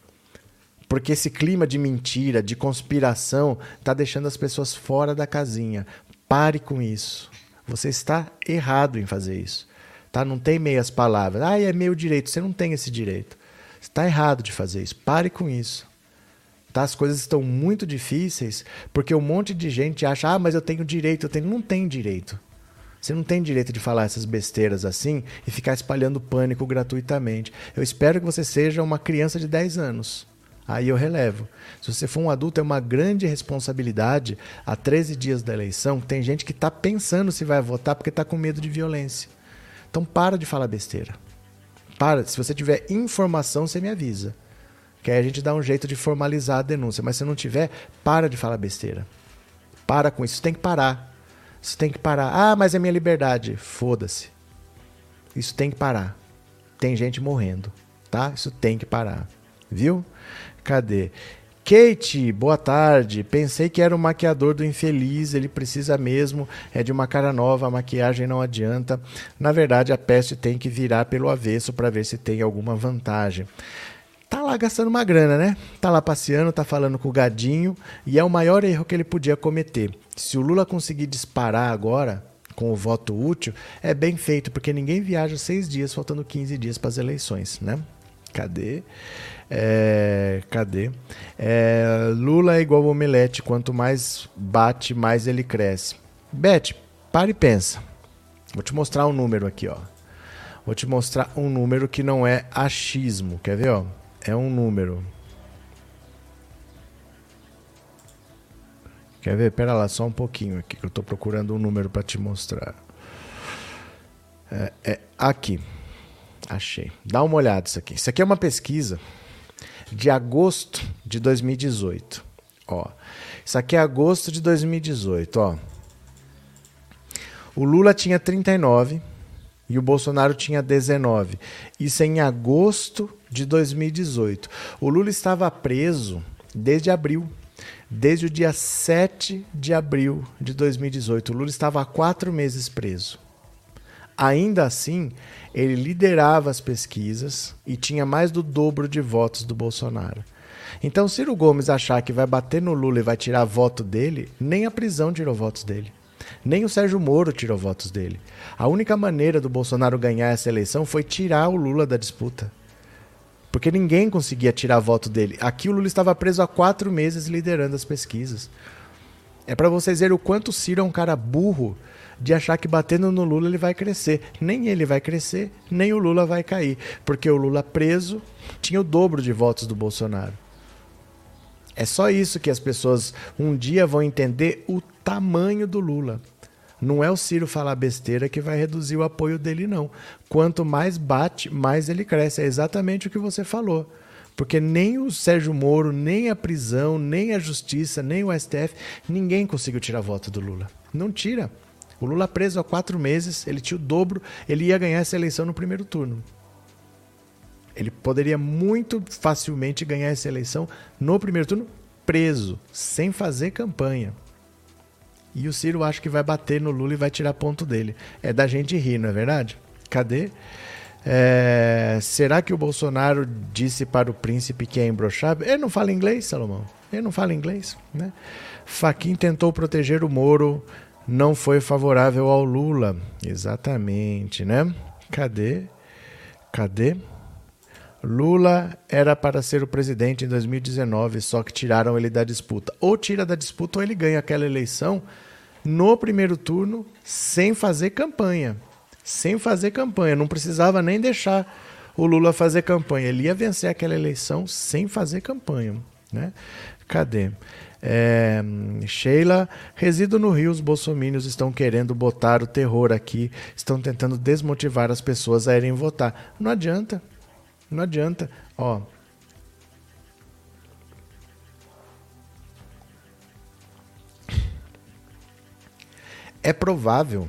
Porque esse clima de mentira, de conspiração, está deixando as pessoas fora da casinha. Pare com isso. Você está errado em fazer isso. Tá? Não tem meias palavras. Ah, é meu direito. Você não tem esse direito. Você está errado de fazer isso. Pare com isso. Tá? As coisas estão muito difíceis porque um monte de gente acha, ah, mas eu tenho direito. Não tem direito. Você não tem direito de falar essas besteiras assim e ficar espalhando pânico gratuitamente. Eu espero que você seja uma criança de 10 anos. Aí eu relevo. Se você for um adulto, é uma grande responsabilidade. Há 13 dias da eleição, tem gente que está pensando se vai votar porque está com medo de violência. Então para de falar besteira. Para. Se você tiver informação, você me avisa. Que aí a gente dá um jeito de formalizar a denúncia. Mas se não tiver, para de falar besteira. Para com isso. Isso tem que parar. Isso tem que parar. Ah, mas é minha liberdade. Foda-se. Isso tem que parar. Tem gente morrendo. Tá? Isso tem que parar. Viu? Cadê? Kate, boa tarde. Pensei que era o maquiador do infeliz, ele precisa mesmo, é de uma cara nova, a maquiagem não adianta. Na verdade, a peste tem que virar pelo avesso para ver se tem alguma vantagem. Tá lá gastando uma grana, né? Tá lá passeando, tá falando com o gadinho, e é o maior erro que ele podia cometer. Se o Lula conseguir disparar agora, com o voto útil, é bem feito, porque ninguém viaja 6 dias, faltando 15 dias para as eleições, né? Cadê? Lula é igual omelete, quanto mais bate, mais ele cresce. Beth, para e pensa. Vou te mostrar um número aqui, ó. Vou te mostrar um número que não é achismo. Quer ver, ó? É um número. Quer ver? Pera lá, só um pouquinho aqui, que eu tô procurando um número para te mostrar. Aqui. Achei. Dá uma olhada isso aqui. Isso aqui é uma pesquisa de agosto de 2018. Ó, isso aqui é agosto de 2018. Ó. O Lula tinha 39 e o Bolsonaro tinha 19. Isso é em agosto de 2018. O Lula estava preso desde abril. Desde o dia 7 de abril de 2018. O Lula estava há 4 meses preso. Ainda assim, ele liderava as pesquisas e tinha mais do dobro de votos do Bolsonaro. Então, Ciro Gomes achar que vai bater no Lula e vai tirar voto dele, nem a prisão tirou votos dele. Nem o Sérgio Moro tirou votos dele. A única maneira do Bolsonaro ganhar essa eleição foi tirar o Lula da disputa. Porque ninguém conseguia tirar voto dele. Aqui o Lula estava preso há 4 meses liderando as pesquisas. É para vocês verem o quanto o Ciro é um cara burro de achar que batendo no Lula ele vai crescer. Nem ele vai crescer, nem o Lula vai cair. Porque o Lula preso tinha o dobro de votos do Bolsonaro. É só isso que as pessoas um dia vão entender o tamanho do Lula. Não é o Ciro falar besteira que vai reduzir o apoio dele, não. Quanto mais bate, mais ele cresce. É exatamente o que você falou. Porque nem o Sérgio Moro, nem a prisão, nem a justiça, nem o STF, ninguém conseguiu tirar voto do Lula. Não tira. O Lula preso há 4 meses, ele tinha o dobro, ele ia ganhar essa eleição no primeiro turno. Ele poderia muito facilmente ganhar essa eleição no primeiro turno, preso, sem fazer campanha. E o Ciro acha que vai bater no Lula e vai tirar ponto dele. É da gente rir, não é verdade? Cadê? Será que o Bolsonaro disse para o príncipe que é imbrochável? Ele não fala inglês, Salomão. Ele não fala inglês, né? Fachin tentou proteger o Moro, não foi favorável ao Lula. Exatamente, né? Cadê? Lula era para ser o presidente em 2019, só que tiraram ele da disputa. Ou tira da disputa ou ele ganha aquela eleição no primeiro turno sem fazer campanha. Sem fazer campanha. Não precisava nem deixar o Lula fazer campanha. Ele ia vencer aquela eleição sem fazer campanha, né? Cadê? Sheila, resido no Rio, os bolsomínios estão querendo botar o terror aqui, estão tentando desmotivar as pessoas a irem votar. Não adianta. Não adianta. Ó. É provável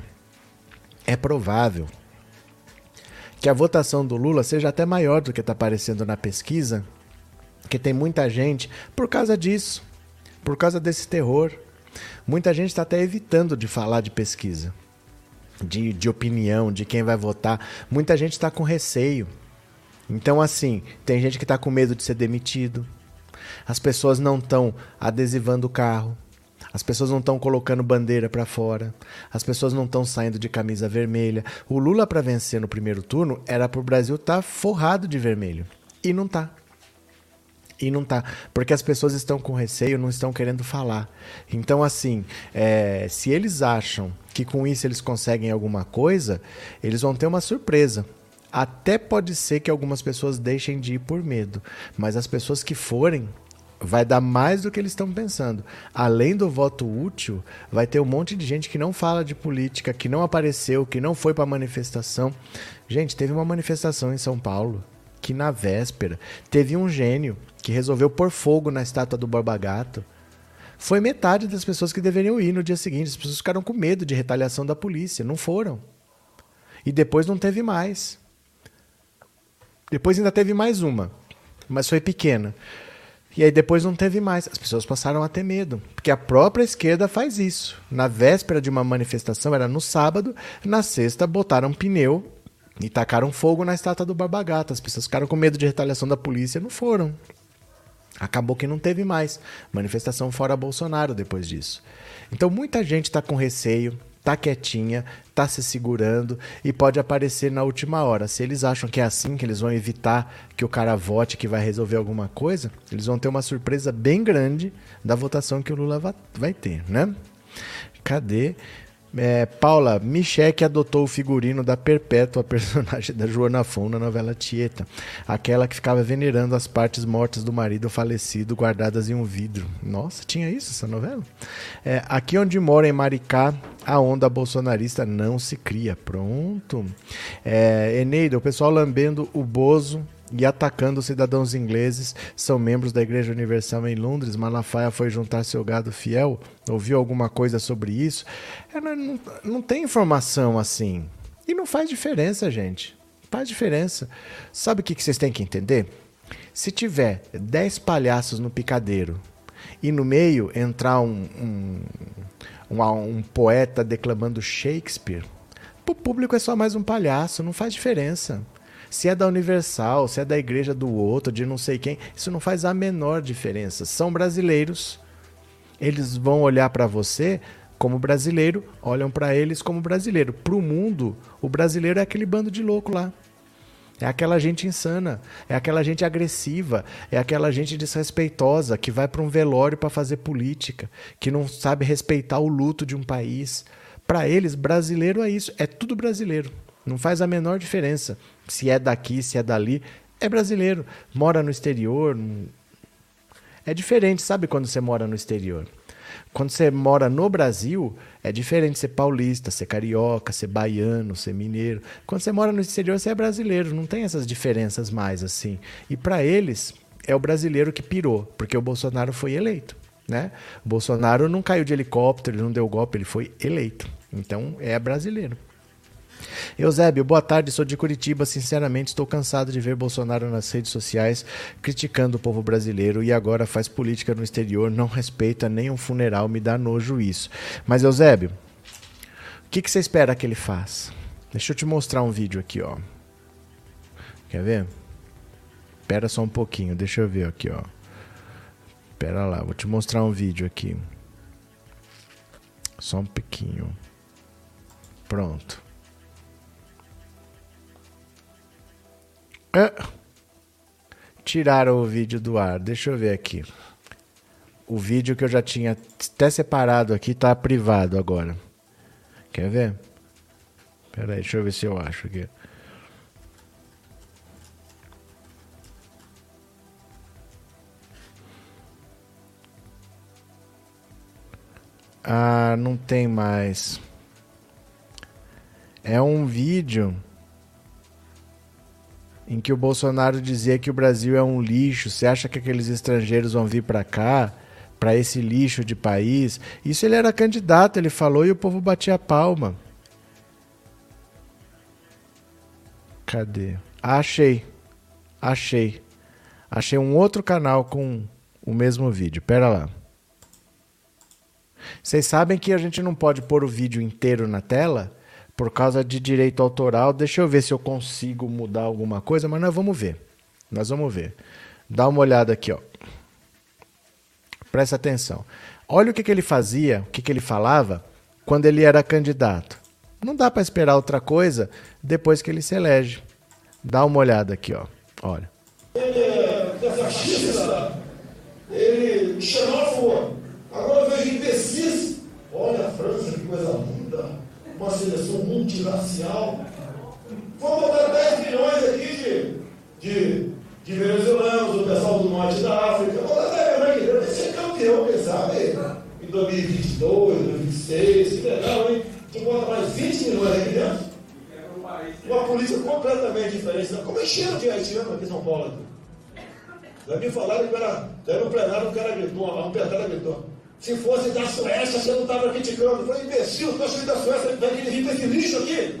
que a votação do Lula seja até maior do que está aparecendo na pesquisa, porque tem muita gente, por causa disso, por causa desse terror, muita gente está até evitando de falar de pesquisa, de opinião, de quem vai votar. Muita gente está com receio. Então, assim, tem gente que está com medo de ser demitido. As pessoas não estão adesivando o carro. As pessoas não estão colocando bandeira para fora. As pessoas não estão saindo de camisa vermelha. O Lula, para vencer no primeiro turno, era para o Brasil estar forrado de vermelho. E não está. E não tá, porque as pessoas estão com receio, não estão querendo falar. Então, assim, se eles acham que com isso eles conseguem alguma coisa, eles vão ter uma surpresa. Até pode ser que algumas pessoas deixem de ir por medo, mas as pessoas que forem, vai dar mais do que eles estão pensando. Além do voto útil, vai ter um monte de gente que não fala de política, que não apareceu, que não foi para a manifestação. Gente, teve uma manifestação em São Paulo, que na véspera teve um gênio que resolveu pôr fogo na estátua do Borba Gato. Foi metade das pessoas que deveriam ir no dia seguinte. As pessoas ficaram com medo de retaliação da polícia, não foram. E depois não teve mais. Depois ainda teve mais uma, mas foi pequena. E aí depois não teve mais. As pessoas passaram a ter medo, porque a própria esquerda faz isso. Na véspera de uma manifestação, era no sábado, na sexta botaram pneu e tacaram fogo na estátua do Borba Gato. As pessoas ficaram com medo de retaliação da polícia, não foram. Acabou que não teve mais manifestação fora Bolsonaro depois disso. Então muita gente está com receio, está quietinha, está se segurando e pode aparecer na última hora. Se eles acham que é assim, que eles vão evitar que o cara vote, que vai resolver alguma coisa, eles vão ter uma surpresa bem grande da votação que o Lula vai ter, né? Cadê? Paula, Michele adotou o figurino da Perpétua, personagem da Joana Fon na novela Tieta. Aquela que ficava venerando as partes mortas do marido falecido guardadas em um vidro. Nossa, tinha isso essa novela? Aqui onde mora, em Maricá, a onda bolsonarista não se cria. Pronto. Eneida, o pessoal lambendo o Bozo e atacando os cidadãos ingleses são membros da Igreja Universal em Londres. Malafaia foi juntar seu gado fiel. Ouviu alguma coisa sobre isso? Não tem informação assim. E não faz diferença, gente. Faz diferença. Sabe o que vocês têm que entender? Se tiver 10 palhaços no picadeiro e no meio entrar um poeta declamando Shakespeare, pro público é só mais um palhaço. Não faz diferença. Se é da Universal, se é da igreja do outro, de não sei quem, isso não faz a menor diferença. São brasileiros, eles vão olhar para você como brasileiro, olham para eles como brasileiro. Para o mundo, o brasileiro é aquele bando de louco lá. É aquela gente insana, é aquela gente agressiva, é aquela gente desrespeitosa que vai para um velório para fazer política, que não sabe respeitar o luto de um país. Para eles, brasileiro é isso, é tudo brasileiro. Não faz a menor diferença se é daqui, se é dali. É brasileiro. Mora no exterior. É diferente, sabe, quando você mora no exterior? Quando você mora no Brasil, é diferente ser paulista, ser carioca, ser baiano, ser mineiro. Quando você mora no exterior, você é brasileiro. Não tem essas diferenças mais assim. E para eles, é o brasileiro que pirou, porque o Bolsonaro foi eleito, né? O Bolsonaro não caiu de helicóptero, ele não deu golpe, ele foi eleito. Então, é brasileiro. Eusébio, boa tarde, sou de Curitiba. Sinceramente, estou cansado de ver Bolsonaro nas redes sociais criticando o povo brasileiro e agora faz política no exterior, não respeita nem um funeral, me dá nojo isso. Mas, Eusébio, o que você espera que ele faça? Deixa eu te mostrar um vídeo aqui, ó. Quer ver? Espera só um pouquinho, deixa eu ver aqui, ó. Espera lá, vou te mostrar um vídeo aqui. Só um pouquinho. Pronto. Tiraram o vídeo do ar. Deixa eu ver aqui. O vídeo que eu já tinha até separado aqui tá privado agora. Quer ver? Espera aí, deixa eu ver se eu acho aqui. Ah, não tem mais. É um vídeo em que o Bolsonaro dizia que o Brasil é um lixo. Você acha que aqueles estrangeiros vão vir para cá, para esse lixo de país? Isso ele era candidato, ele falou e o povo batia a palma. Cadê? Ah, achei. Achei um outro canal com o mesmo vídeo. Pera lá. Vocês sabem que a gente não pode pôr o vídeo inteiro na tela por causa de direito autoral. Deixa eu ver se eu consigo mudar alguma coisa, mas nós vamos ver. Dá uma olhada aqui, ó. Presta atenção. Olha o que ele fazia, o que ele falava quando ele era candidato. Não dá para esperar outra coisa depois que ele se elege. Dá uma olhada aqui, ó. Olha. Ele é fascista, ele xenófobo. Agora eu vejo imbecis. Olha a França, que coisa linda. Uma seleção multirracial. Vamos botar 10 milhões aqui de venezuelanos, o pessoal do norte da África. Vamos botar 10 milhões aqui. Vai ser campeão, quem sabe? Em 2022, 2026. Que legal, hein? Tu bota mais 20 milhões aqui dentro. Uma polícia completamente diferente. Como é cheio de haitiano aqui em São Paulo? Já me falaram que era no plenário, um cara gritou, um pedrada gritou. Se fosse da Suécia, você não estava criticando. Eu falei, imbecil, se fosse da Suécia, vai vir com esse lixo aqui.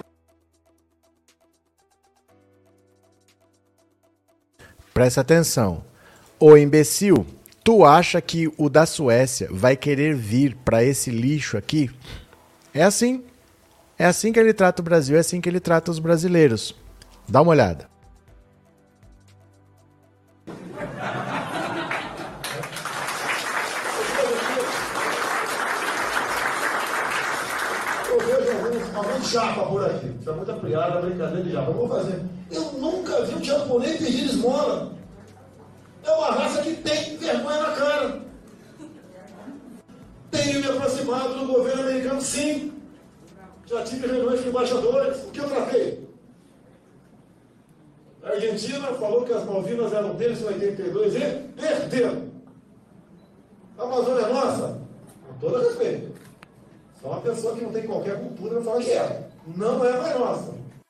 Presta atenção. Ô imbecil, tu acha que o da Suécia vai querer vir para esse lixo aqui? É assim. É assim que ele trata o Brasil, é assim que ele trata os brasileiros. Dá uma olhada. Eu vejo alguns chapa por aqui. Isso é muita piada, brincadeira de japa. Eu vou fazer. Eu nunca vi um japonês pedir esmola. É uma raça que tem vergonha na cara. Tenho me aproximado do governo americano, sim. Já tive reuniões com embaixadores. O que eu tratei? A Argentina falou que as Malvinas eram deles em 82 e perderam. A Amazônia é nossa? Com todo respeito. Só uma pessoa que não tem qualquer cultura vai falar que é. Não é mais nossa.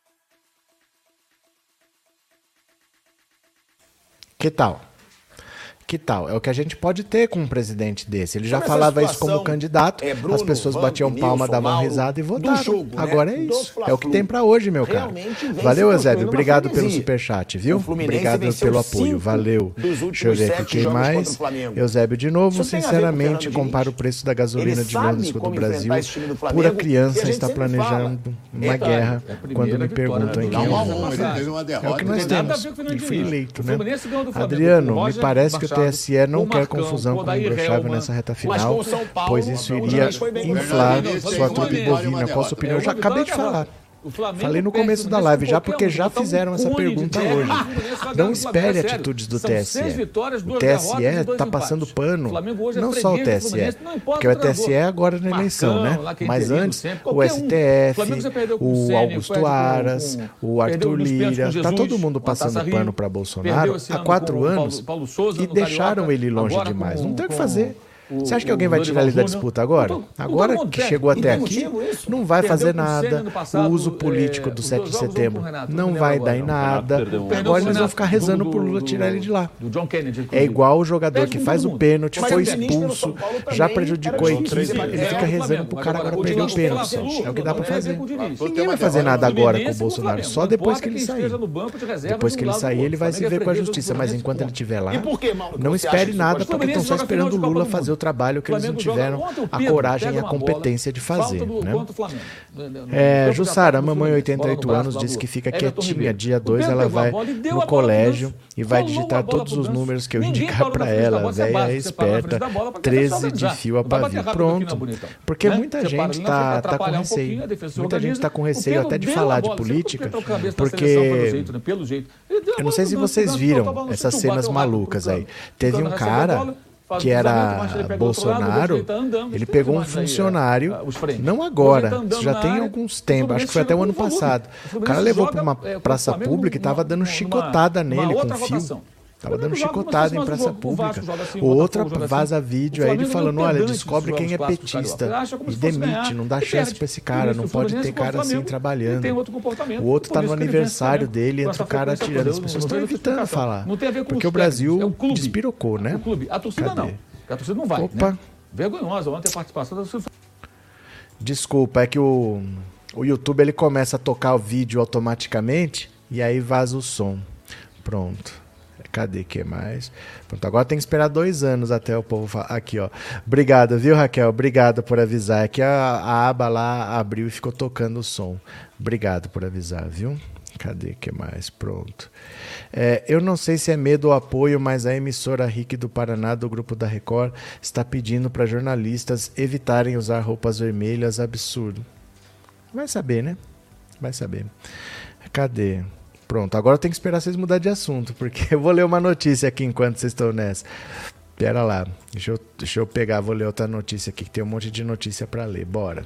Que tal? Que tal? É o que a gente pode ter com um presidente desse. Ele já falava isso como candidato, as pessoas batiam palma, davam risada e votaram. Agora é isso. É o que tem pra hoje, meu cara. Valeu, Eusébio. Obrigado pelo superchat, viu? Obrigado pelo apoio. Valeu. Deixa eu ver aqui quem mais. Eusébio de novo. Sinceramente, compara o preço da gasolina de Londres com o do Brasil. Pura criança está planejando uma guerra quando me perguntam em quem eu vou. É o que nós temos. E fui eleito, né? Adriano, me parece que o TSE não quer confusão com o imbrochável nessa reta final, pois isso iria inflar sua trupe bovina. Qual a sua opinião? Eu já acabei de falar. Falei no começo da live já, porque já fizeram essa pergunta hoje. Não espere atitudes do TSE. O TSE está passando pano, não só o TSE, porque o TSE é agora na eleição, né? Mas antes, o STF, o Augusto Aras, o Arthur Lira, está todo mundo passando pano para Bolsonaro há 4 anos e deixaram ele longe demais. Não tem o que fazer. Você acha que alguém vai tirar ele da disputa agora? Agora que chegou até aqui, não vai fazer nada. O uso político do 7 de setembro não vai dar em nada. Agora eles vão ficar rezando por Lula tirar ele de lá. É igual o jogador que faz o pênalti, foi expulso, já prejudicou a equipe, ele fica rezando pro cara agora perder o pênalti. É o que dá pra fazer. Ninguém vai fazer nada agora com o Bolsonaro, só depois que ele sair. Depois que ele sair, ele vai se ver com a justiça, mas enquanto ele estiver lá, não espere nada, porque estão só esperando o Lula fazer o trabalho que eles não tiveram a coragem e a competência de fazer, né? Jussara, a mamãe 88 anos disse que fica quietinha, dia 2 ela vai no colégio e vai digitar todos os números que eu indicar para ela, velha esperta, 13 de fio a pavio. Pronto, porque muita gente tá com receio, muita gente tá com receio até de falar de política, porque eu não sei se vocês viram essas cenas malucas aí. Teve um cara que era Bolsonaro, ele pegou um funcionário, não agora, isso já tem alguns tempos, acho que foi até o ano passado. O cara levou para uma praça pública e estava dando chicotada nele com fio. Tava dando chicotada em praça pública. Outra vaza vídeo aí ele falando, olha, descobre quem é petista e demite, não dá chance pra esse cara, não pode ter cara assim trabalhando. O outro tá no aniversário dele, entra o cara atirando. As pessoas estão evitando falar, porque o Brasil despirocou, né? A torcida não. A torcida não vai. Opa. Vergonhosa ontem a participação da torcida. Desculpa, é que o YouTube ele começa a tocar o vídeo automaticamente e aí vaza o som. Pronto. Cadê que mais? Pronto, agora tem que esperar 2 anos até o povo falar. Aqui, ó. Obrigado, viu, Raquel? Obrigado por avisar. É que a aba lá abriu e ficou tocando o som. Obrigado por avisar, viu? Cadê que mais? Pronto. Eu não sei se é medo ou apoio, mas a emissora RIC do Paraná, do Grupo da Record, está pedindo para jornalistas evitarem usar roupas vermelhas. Absurdo. Vai saber, né? Vai saber. Cadê? Pronto, agora tem que esperar vocês mudar de assunto, porque eu vou ler uma notícia aqui enquanto vocês estão nessa. Pera lá, deixa eu pegar, vou ler outra notícia aqui, que tem um monte de notícia para ler, bora.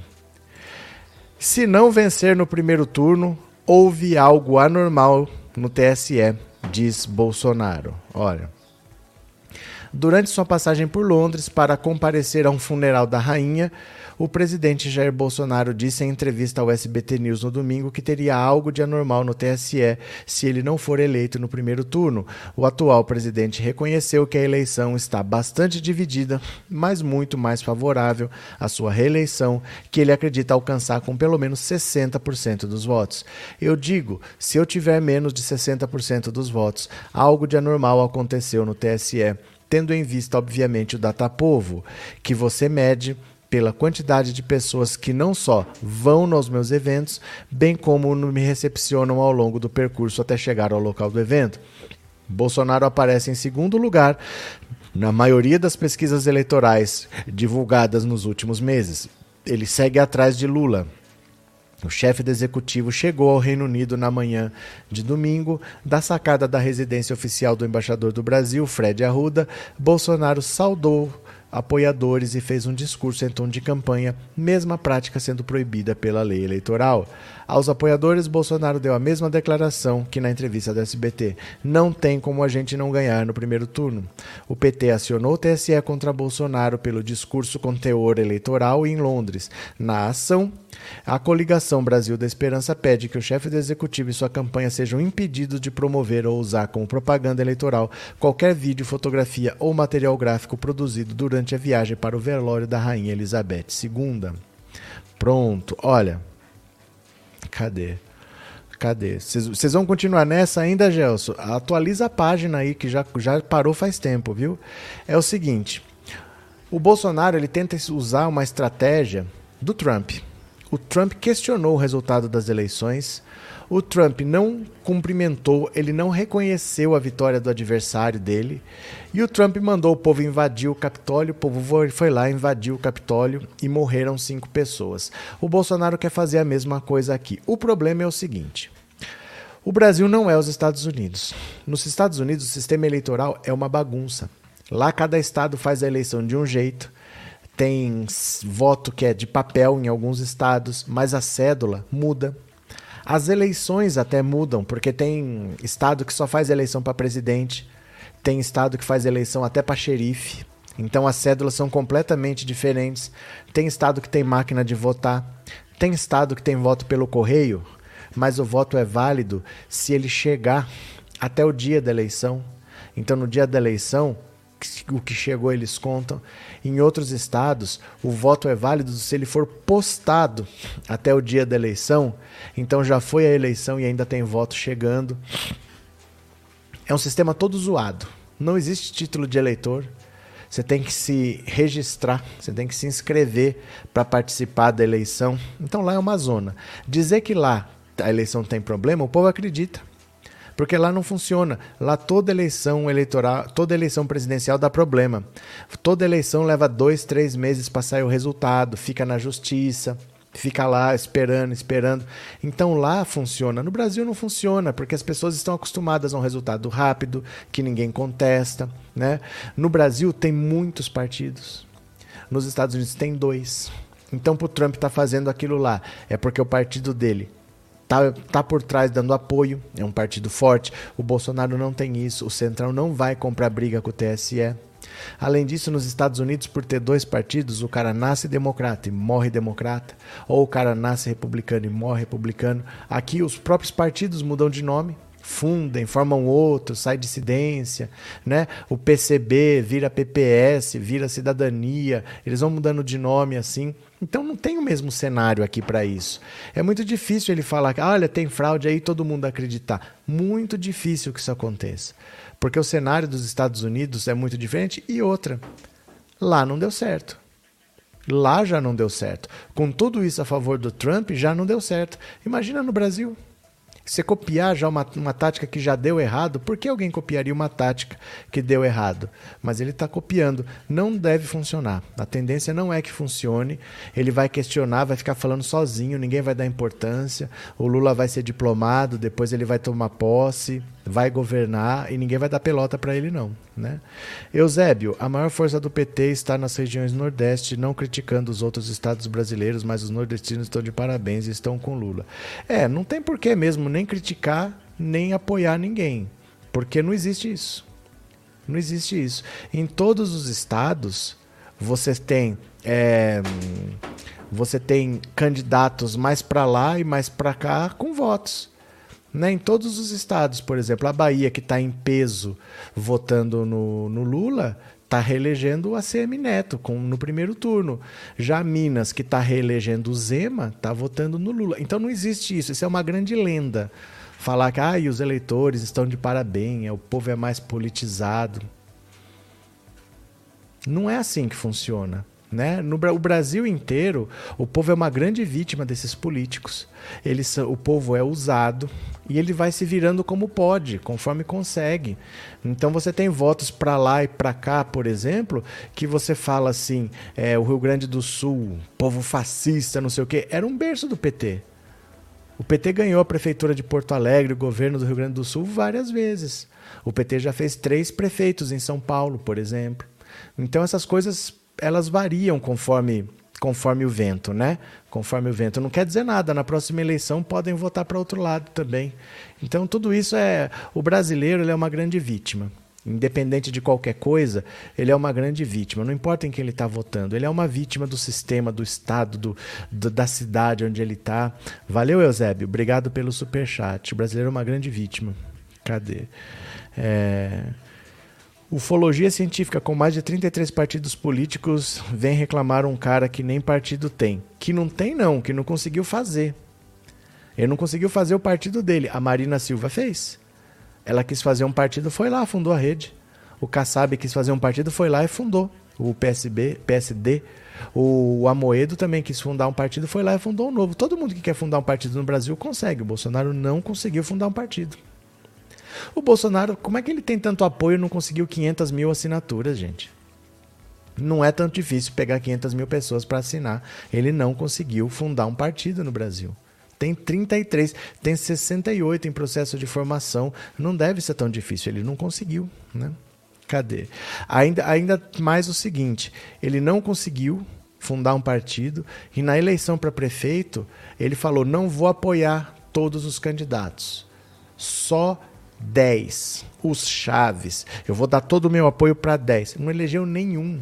Se não vencer no primeiro turno, houve algo anormal no TSE, diz Bolsonaro. Olha, durante sua passagem por Londres para comparecer a um funeral da rainha, o presidente Jair Bolsonaro disse em entrevista ao SBT News no domingo que teria algo de anormal no TSE se ele não for eleito no primeiro turno. O atual presidente reconheceu que a eleição está bastante dividida, mas muito mais favorável à sua reeleição, que ele acredita alcançar com pelo menos 60% dos votos. Eu digo, se eu tiver menos de 60% dos votos, algo de anormal aconteceu no TSE, tendo em vista, obviamente, o Datapovo, que você mede pela quantidade de pessoas que não só vão nos meus eventos, bem como me recepcionam ao longo do percurso até chegar ao local do evento. Bolsonaro aparece em segundo lugar na maioria das pesquisas eleitorais divulgadas nos últimos meses. Ele segue atrás de Lula. O chefe do executivo chegou ao Reino Unido na manhã de domingo. Da sacada da residência oficial do embaixador do Brasil, Fred Arruda, Bolsonaro saudou apoiadores e fez um discurso em tom de campanha, mesma prática sendo proibida pela lei eleitoral. Aos apoiadores, Bolsonaro deu a mesma declaração que na entrevista do SBT. Não tem como a gente não ganhar no primeiro turno. O PT acionou o TSE contra Bolsonaro pelo discurso com teor eleitoral em Londres. Na ação, a coligação Brasil da Esperança pede que o chefe do executivo e sua campanha sejam impedidos de promover ou usar como propaganda eleitoral qualquer vídeo, fotografia ou material gráfico produzido durante a viagem para o velório da Rainha Elizabeth II. Pronto, olha. Cadê? Vocês vão continuar nessa ainda, Gelson? Atualiza a página aí, que já parou faz tempo, viu? É o seguinte, o Bolsonaro ele tenta usar uma estratégia do Trump. O Trump questionou o resultado das eleições, o Trump não cumprimentou, ele não reconheceu a vitória do adversário dele, e o Trump mandou o povo invadir o Capitólio, o povo foi lá, invadiu o Capitólio e morreram 5 pessoas. O Bolsonaro quer fazer a mesma coisa aqui. O problema é o seguinte, o Brasil não é os Estados Unidos. Nos Estados Unidos o sistema eleitoral é uma bagunça. Lá cada estado faz a eleição de um jeito, tem voto que é de papel em alguns estados, mas a cédula muda. As eleições até mudam, porque tem estado que só faz eleição para presidente, tem estado que faz eleição até para xerife, então as cédulas são completamente diferentes. Tem estado que tem máquina de votar, tem estado que tem voto pelo correio, mas o voto é válido se ele chegar até o dia da eleição. Então no dia da eleição, o que chegou eles contam. Em outros estados, o voto é válido se ele for postado até o dia da eleição. Então já foi a eleição e ainda tem voto chegando. É um sistema todo zoado. Não existe título de eleitor. Você tem que se registrar, você tem que se inscrever para participar da eleição. Então lá é uma zona. Dizer que lá a eleição tem problema, o povo acredita. Porque lá não funciona. Lá toda eleição eleitoral, toda eleição presidencial dá problema. Toda eleição leva 2, 3 meses para sair o resultado, fica na justiça, fica lá esperando. Então lá funciona. No Brasil não funciona, porque as pessoas estão acostumadas a um resultado rápido, que ninguém contesta, né? No Brasil tem muitos partidos. Nos Estados Unidos tem 2. Então pro Trump tá fazendo aquilo lá, é porque o partido dele tá por trás dando apoio, é um partido forte. O Bolsonaro não tem isso, o Centrão não vai comprar briga com o TSE. Além disso, nos Estados Unidos, por ter 2 partidos, o cara nasce democrata e morre democrata, ou o cara nasce republicano e morre republicano. Aqui os próprios partidos mudam de nome, fundem, formam outro, sai dissidência, né? O PCB vira PPS, vira Cidadania, eles vão mudando de nome assim. Então não tem o mesmo cenário aqui para isso. É muito difícil ele falar que, olha, tem fraude aí, todo mundo acreditar. Muito difícil que isso aconteça. Porque o cenário dos Estados Unidos é muito diferente. E outra, lá não deu certo. Lá já não deu certo. Com tudo isso a favor do Trump, já não deu certo. Imagina no Brasil. Você copiar já uma tática que já deu errado, por que alguém copiaria uma tática que deu errado? Mas ele está copiando. Não deve funcionar. A tendência não é que funcione. Ele vai questionar, vai ficar falando sozinho, ninguém vai dar importância. O Lula vai ser diplomado, depois ele vai tomar posse, vai governar e ninguém vai dar pelota para ele não, né? Eusébio, a maior força do PT está nas regiões Nordeste, não criticando os outros estados brasileiros, mas os nordestinos estão de parabéns e estão com Lula. Não tem porquê mesmo nem criticar, nem apoiar ninguém, porque não existe isso. Não existe isso. Em todos os estados, você tem candidatos mais para lá e mais para cá com votos. Né? Em todos os estados, por exemplo, a Bahia, que está em peso votando no Lula, está reelegendo o ACM Neto no primeiro turno. Já Minas, que está reelegendo o Zema, está votando no Lula. Então não existe isso. Isso é uma grande lenda. Falar que os eleitores estão de parabéns, o povo é mais politizado. Não é assim que funciona. Né? O Brasil inteiro, o povo é uma grande vítima desses políticos. O povo é usado e ele vai se virando como pode, conforme consegue. Então você tem votos para lá e para cá, por exemplo, que você fala assim, o Rio Grande do Sul, povo fascista, não sei o quê, era um berço do PT. O PT ganhou a prefeitura de Porto Alegre, o governo do Rio Grande do Sul várias vezes. O PT já fez 3 prefeitos em São Paulo, por exemplo. Então essas coisas elas variam conforme o vento, né? Conforme o vento. Não quer dizer nada. Na próxima eleição podem votar para outro lado também. Então, tudo isso o brasileiro ele é uma grande vítima. Independente de qualquer coisa, ele é uma grande vítima. Não importa em quem ele está votando. Ele é uma vítima do sistema, do estado, da cidade onde ele está. Valeu, Eusébio. Obrigado pelo superchat. O brasileiro é uma grande vítima. Cadê? Ufologia científica, com mais de 33 partidos políticos, vem reclamar um cara que nem partido tem. Que não tem não, que não conseguiu fazer. Ele não conseguiu fazer o partido dele. A Marina Silva fez. Ela quis fazer um partido, foi lá, fundou a Rede. O Kassab quis fazer um partido, foi lá e fundou. O PSD. O Amoedo também quis fundar um partido, foi lá e fundou um novo. Todo mundo que quer fundar um partido no Brasil consegue. O Bolsonaro não conseguiu fundar um partido. O Bolsonaro, como é que ele tem tanto apoio e não conseguiu 500 mil assinaturas, gente? Não é tão difícil pegar 500 mil pessoas para assinar. Ele não conseguiu fundar um partido no Brasil. Tem 33, tem 68 em processo de formação. Não deve ser tão difícil, ele não conseguiu, né? Cadê? Ainda mais o seguinte, ele não conseguiu fundar um partido e na eleição para prefeito, ele falou, não vou apoiar todos os candidatos, só 10, os chaves, eu vou dar todo o meu apoio para 10. Não elegeu nenhum.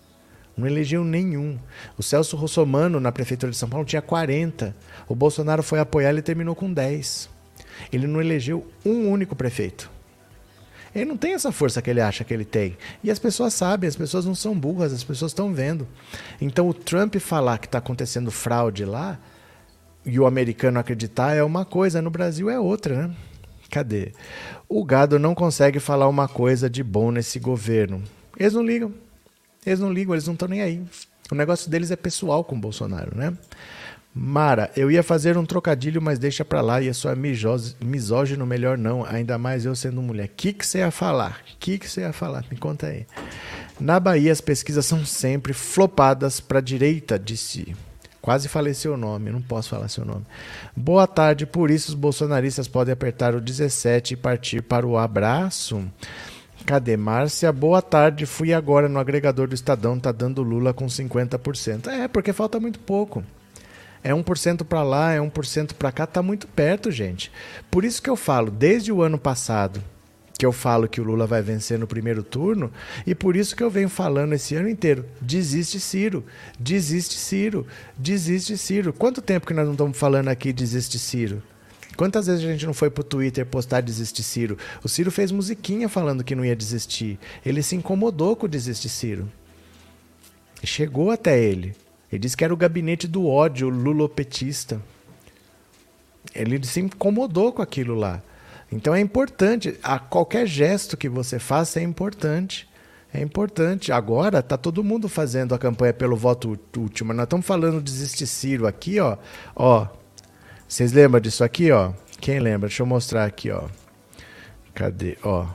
O Celso Russomano, na Prefeitura de São Paulo, tinha 40. O Bolsonaro foi apoiar, ele terminou com 10. Ele não elegeu um único prefeito. Ele não tem essa força que ele acha que ele tem. E as pessoas sabem, as pessoas não são burras, as pessoas estão vendo. Então o Trump falar que está acontecendo fraude lá, e o americano acreditar é uma coisa, no Brasil é outra, né? Cadê? O gado não consegue falar uma coisa de bom nesse governo. Eles não ligam, eles não estão nem aí. O negócio deles é pessoal com o Bolsonaro, né? Mara, eu ia fazer um trocadilho, mas deixa pra lá, e é só misógino, melhor não, ainda mais eu sendo mulher. O que você ia falar? Me conta aí. Na Bahia, as pesquisas são sempre flopadas pra direita de si. Quase falei seu nome, não posso falar seu nome. Boa tarde, por isso os bolsonaristas podem apertar o 17 e partir para o abraço. Cadê, Márcia? Boa tarde, fui agora no agregador do Estadão, tá dando Lula com 50%. Porque falta muito pouco. É 1% para lá, é 1% para cá, tá muito perto, gente. Por isso que eu falo, desde o ano passado, que eu falo que o Lula vai vencer no primeiro turno, e por isso que eu venho falando esse ano inteiro, desiste Ciro, desiste Ciro, desiste Ciro. Quanto tempo que nós não estamos falando aqui desiste Ciro? Quantas vezes a gente não foi pro Twitter postar desiste Ciro? O Ciro fez musiquinha falando que não ia desistir. Ele se incomodou com o desiste Ciro. Chegou até ele. Ele disse que era o gabinete do ódio lulopetista. Ele se incomodou com aquilo lá. Então é importante, qualquer gesto que você faça é importante. É importante. Agora está todo mundo fazendo a campanha pelo voto último. Nós estamos falando desiste Ciro aqui, ó. Vocês lembram disso aqui, ó? Quem lembra? Deixa eu mostrar aqui, ó. Cadê?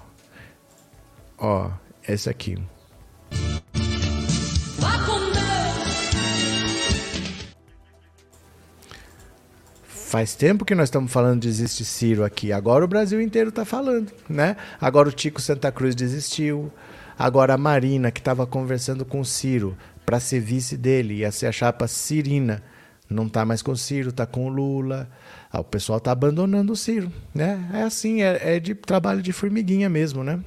Ó, esse aqui. Faz tempo que nós estamos falando de desiste Ciro aqui. Agora o Brasil inteiro está falando, né? Agora o Tico Santa Cruz desistiu. Agora a Marina, que estava conversando com o Ciro para ser vice dele, ia ser a chapa Cirina. Não está mais com o Ciro, está com o Lula. O pessoal está abandonando o Ciro, né? É assim, é de trabalho de formiguinha mesmo, né?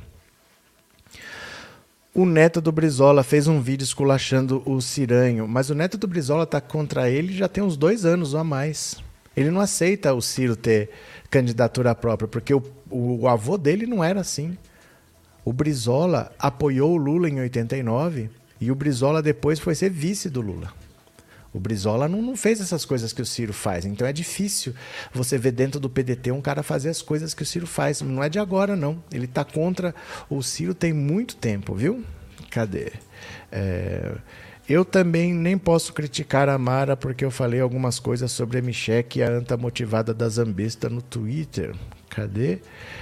O neto do Brizola fez um vídeo esculachando o Ciranho, mas o neto do Brizola está contra ele já tem uns 2 anos ou a mais. Ele não aceita o Ciro ter candidatura própria, porque o avô dele não era assim. O Brizola apoiou o Lula em 89 e o Brizola depois foi ser vice do Lula. O Brizola não fez essas coisas que o Ciro faz, então é difícil você ver dentro do PDT um cara fazer as coisas que o Ciro faz. Não é de agora, não. Ele está contra o Ciro tem muito tempo, viu? Cadê? Eu também nem posso criticar a Mara porque eu falei algumas coisas sobre a Micheque e a anta motivada da Zambista no Twitter. Cadê?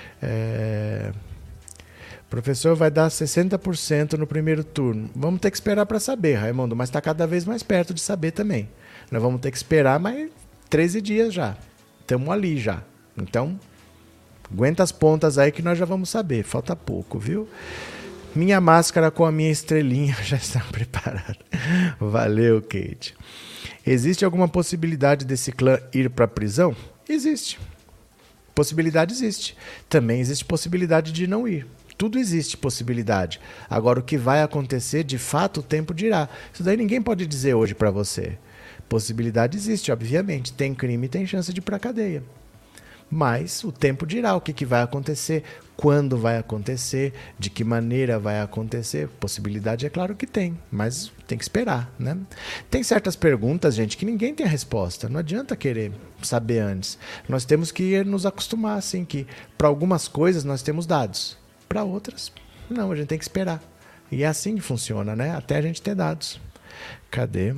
Professor vai dar 60% no primeiro turno. Vamos ter que esperar para saber, Raimundo, mas está cada vez mais perto de saber também. Nós vamos ter que esperar mais 13 dias já. Estamos ali já. Então, aguenta as pontas aí que nós já vamos saber. Falta pouco, viu? Minha máscara com a minha estrelinha já está preparada. Valeu, Kate. Existe alguma possibilidade desse clã ir para a prisão? Existe. Possibilidade existe. Também existe possibilidade de não ir. Tudo existe possibilidade. Agora, o que vai acontecer, de fato, o tempo dirá. Isso daí ninguém pode dizer hoje para você. Possibilidade existe, obviamente. Tem crime e tem chance de ir para a cadeia. Mas o tempo dirá o que vai acontecer, quando vai acontecer, de que maneira vai acontecer. Possibilidade é claro que tem, mas tem que esperar, né? Tem certas perguntas, gente, que ninguém tem a resposta. Não adianta querer saber antes. Nós temos que nos acostumar, assim, que para algumas coisas nós temos dados. Para outras, não, a gente tem que esperar. E é assim que funciona, né? Até a gente ter dados. Cadê?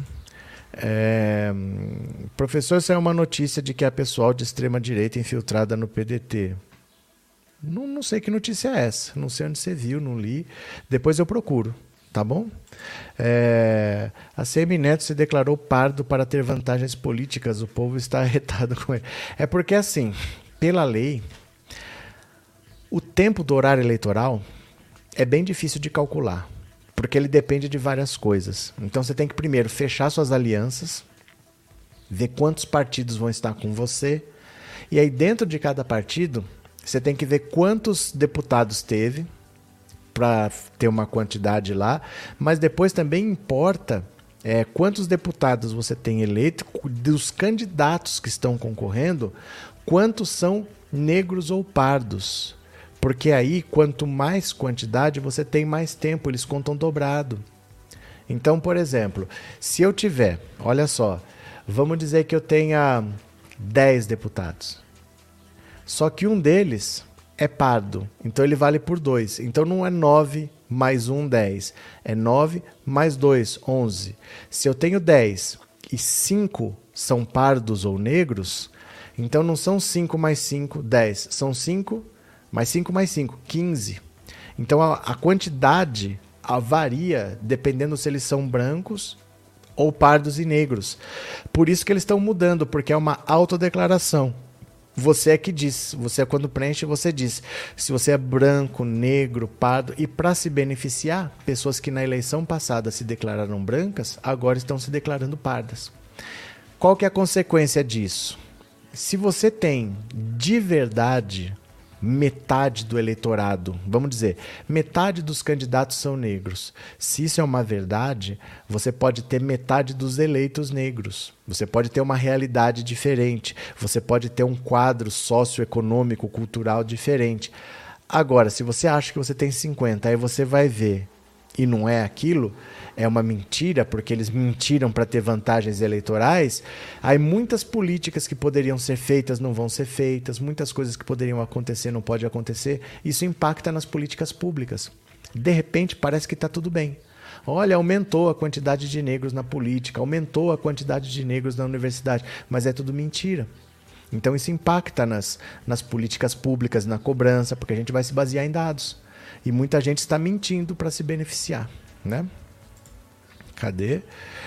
Professor, saiu uma notícia de que há pessoal de extrema-direita infiltrada no PDT. Não sei que notícia é essa. Não sei onde você viu, não li. Depois eu procuro, tá bom? A Semineto se declarou pardo para ter vantagens políticas. O povo está arretado com ele. É porque, assim, pela lei, o tempo do horário eleitoral é bem difícil de calcular. Porque ele depende de várias coisas. Então você tem que primeiro fechar suas alianças, ver quantos partidos vão estar com você, e aí dentro de cada partido você tem que ver quantos deputados teve, para ter uma quantidade lá, mas depois também importa quantos deputados você tem eleito, dos candidatos que estão concorrendo, quantos são negros ou pardos. Porque aí, quanto mais quantidade, você tem mais tempo, eles contam dobrado. Então, por exemplo, se eu tiver, olha só, vamos dizer que eu tenha 10 deputados. Só que um deles é pardo, então ele vale por 2. Então não é 9 mais 1, 10. É 9 mais 2, 11. Se eu tenho 10 e 5 são pardos ou negros, então não são 5 mais 5, 10. São 5 mais 5 mais 5, 15. Então a quantidade varia dependendo se eles são brancos ou pardos e negros. Por isso que eles estão mudando, porque é uma autodeclaração. Você é que diz, você quando preenche, você diz se você é branco, negro, pardo. E para se beneficiar, pessoas que na eleição passada se declararam brancas, agora estão se declarando pardas. Qual que é a consequência disso? Se você tem de verdade metade do eleitorado, vamos dizer, metade dos candidatos são negros. Se isso é uma verdade, você pode ter metade dos eleitos negros. Você pode ter uma realidade diferente. Você pode ter um quadro socioeconômico, cultural diferente. Agora, se você acha que você tem 50, aí você vai ver e não é aquilo, é uma mentira, porque eles mentiram para ter vantagens eleitorais, aí muitas políticas que poderiam ser feitas não vão ser feitas, muitas coisas que poderiam acontecer não podem acontecer, isso impacta nas políticas públicas. De repente parece que está tudo bem. Olha, aumentou a quantidade de negros na política, aumentou a quantidade de negros na universidade, mas é tudo mentira. Então isso impacta nas políticas públicas, na cobrança, porque a gente vai se basear em dados. E muita gente está mentindo para se beneficiar, né? Cadê?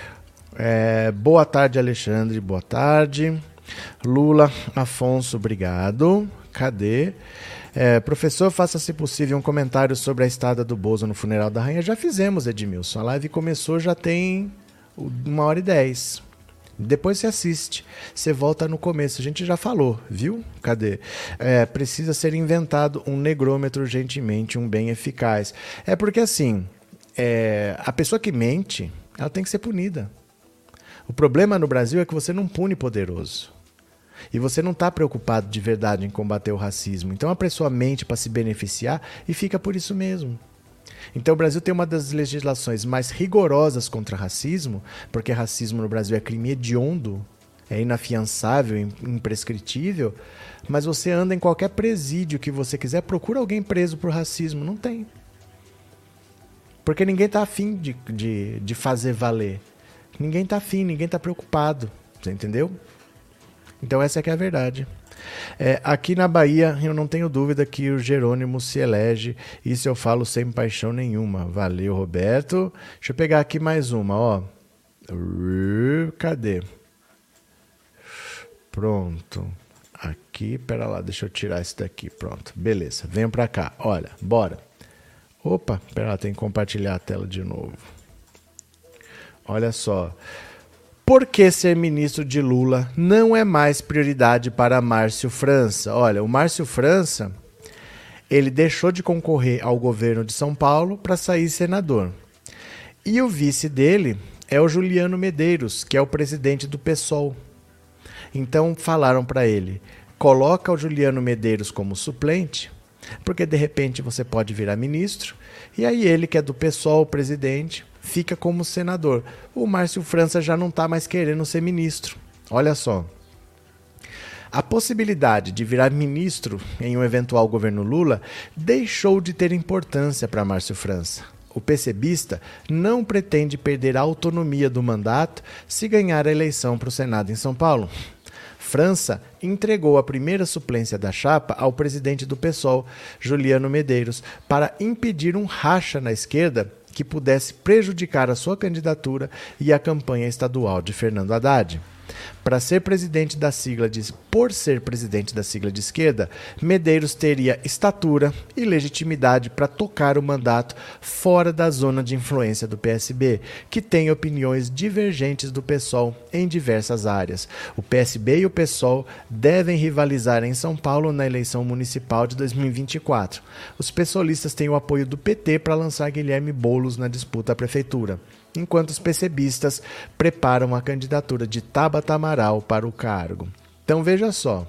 Boa tarde, Alexandre. Boa tarde. Lula, Afonso, obrigado. Cadê? Professor, faça, se possível, um comentário sobre a estada do Bozo no funeral da rainha. Já fizemos, Edmilson. A live começou, já tem 1h10. Depois você assiste, você volta no começo. A gente já falou, viu? Cadê? Precisa ser inventado um negrômetro urgentemente, um bem eficaz. Porque assim, a pessoa que mente, ela tem que ser punida. O problema no Brasil é que você não pune poderoso. E você não está preocupado de verdade em combater o racismo. Então a pessoa mente para se beneficiar e fica por isso mesmo. Então o Brasil tem uma das legislações mais rigorosas contra racismo, porque racismo no Brasil é crime hediondo, é inafiançável, imprescritível, mas você anda em qualquer presídio que você quiser, procura alguém preso por racismo, não tem. Porque ninguém está afim de fazer valer. Ninguém está afim, ninguém está preocupado, você entendeu? Então essa é que é a verdade. Aqui na Bahia, eu não tenho dúvida que o Jerônimo se elege. Isso eu falo sem paixão nenhuma. Valeu, Roberto. Deixa eu pegar aqui mais uma, ó. Cadê? Pronto. Aqui, pera lá, deixa eu tirar esse daqui. Pronto, beleza. Venham pra cá. Olha, bora. Opa, pera lá, tem que compartilhar a tela de novo. Olha só. Por que ser ministro de Lula não é mais prioridade para Márcio França? Olha, o Márcio França, ele deixou de concorrer ao governo de São Paulo para sair senador. E o vice dele é o Juliano Medeiros, que é o presidente do PSOL. Então falaram para ele, coloca o Juliano Medeiros como suplente, porque de repente você pode virar ministro, e aí ele, que é do PSOL, presidente, fica como senador. O Márcio França já não está mais querendo ser ministro. Olha só. A possibilidade de virar ministro em um eventual governo Lula deixou de ter importância para Márcio França. O PCBista não pretende perder a autonomia do mandato se ganhar a eleição para o Senado em São Paulo. França entregou a primeira suplência da chapa ao presidente do PSOL, Juliano Medeiros, para impedir um racha na esquerda que pudesse prejudicar a sua candidatura e a campanha estadual de Fernando Haddad. Por ser presidente da sigla de esquerda, Medeiros teria estatura e legitimidade para tocar o mandato fora da zona de influência do PSB, que tem opiniões divergentes do PSOL em diversas áreas. O PSB e o PSOL devem rivalizar em São Paulo na eleição municipal de 2024. Os pessoalistas têm o apoio do PT para lançar Guilherme Boulos na disputa à prefeitura, enquanto os PCBistas preparam a candidatura de Tabata Amaral para o cargo. Então veja só,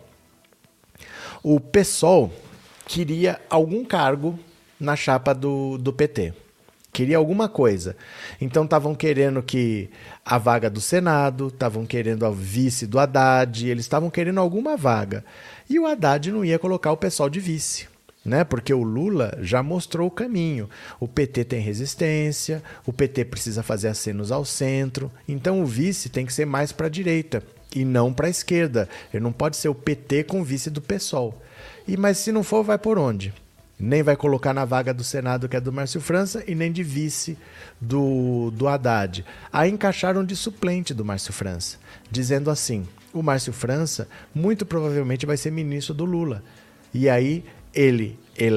o PSOL queria algum cargo na chapa do PT, queria alguma coisa. Então estavam querendo que a vaga do Senado, estavam querendo a vice do Haddad, eles estavam querendo alguma vaga. E o Haddad não ia colocar o PSOL de vice, né? Porque o Lula já mostrou o caminho. O PT tem resistência, o PT precisa fazer acenos ao centro, então o vice tem que ser mais para a direita e não para a esquerda. Ele não pode ser o PT com vice do PSOL. Mas se não for, vai por onde? Nem vai colocar na vaga do Senado, que é do Márcio França, e nem de vice do Haddad. Aí encaixaram de suplente do Márcio França, dizendo assim, o Márcio França muito provavelmente vai ser ministro do Lula. E aí ele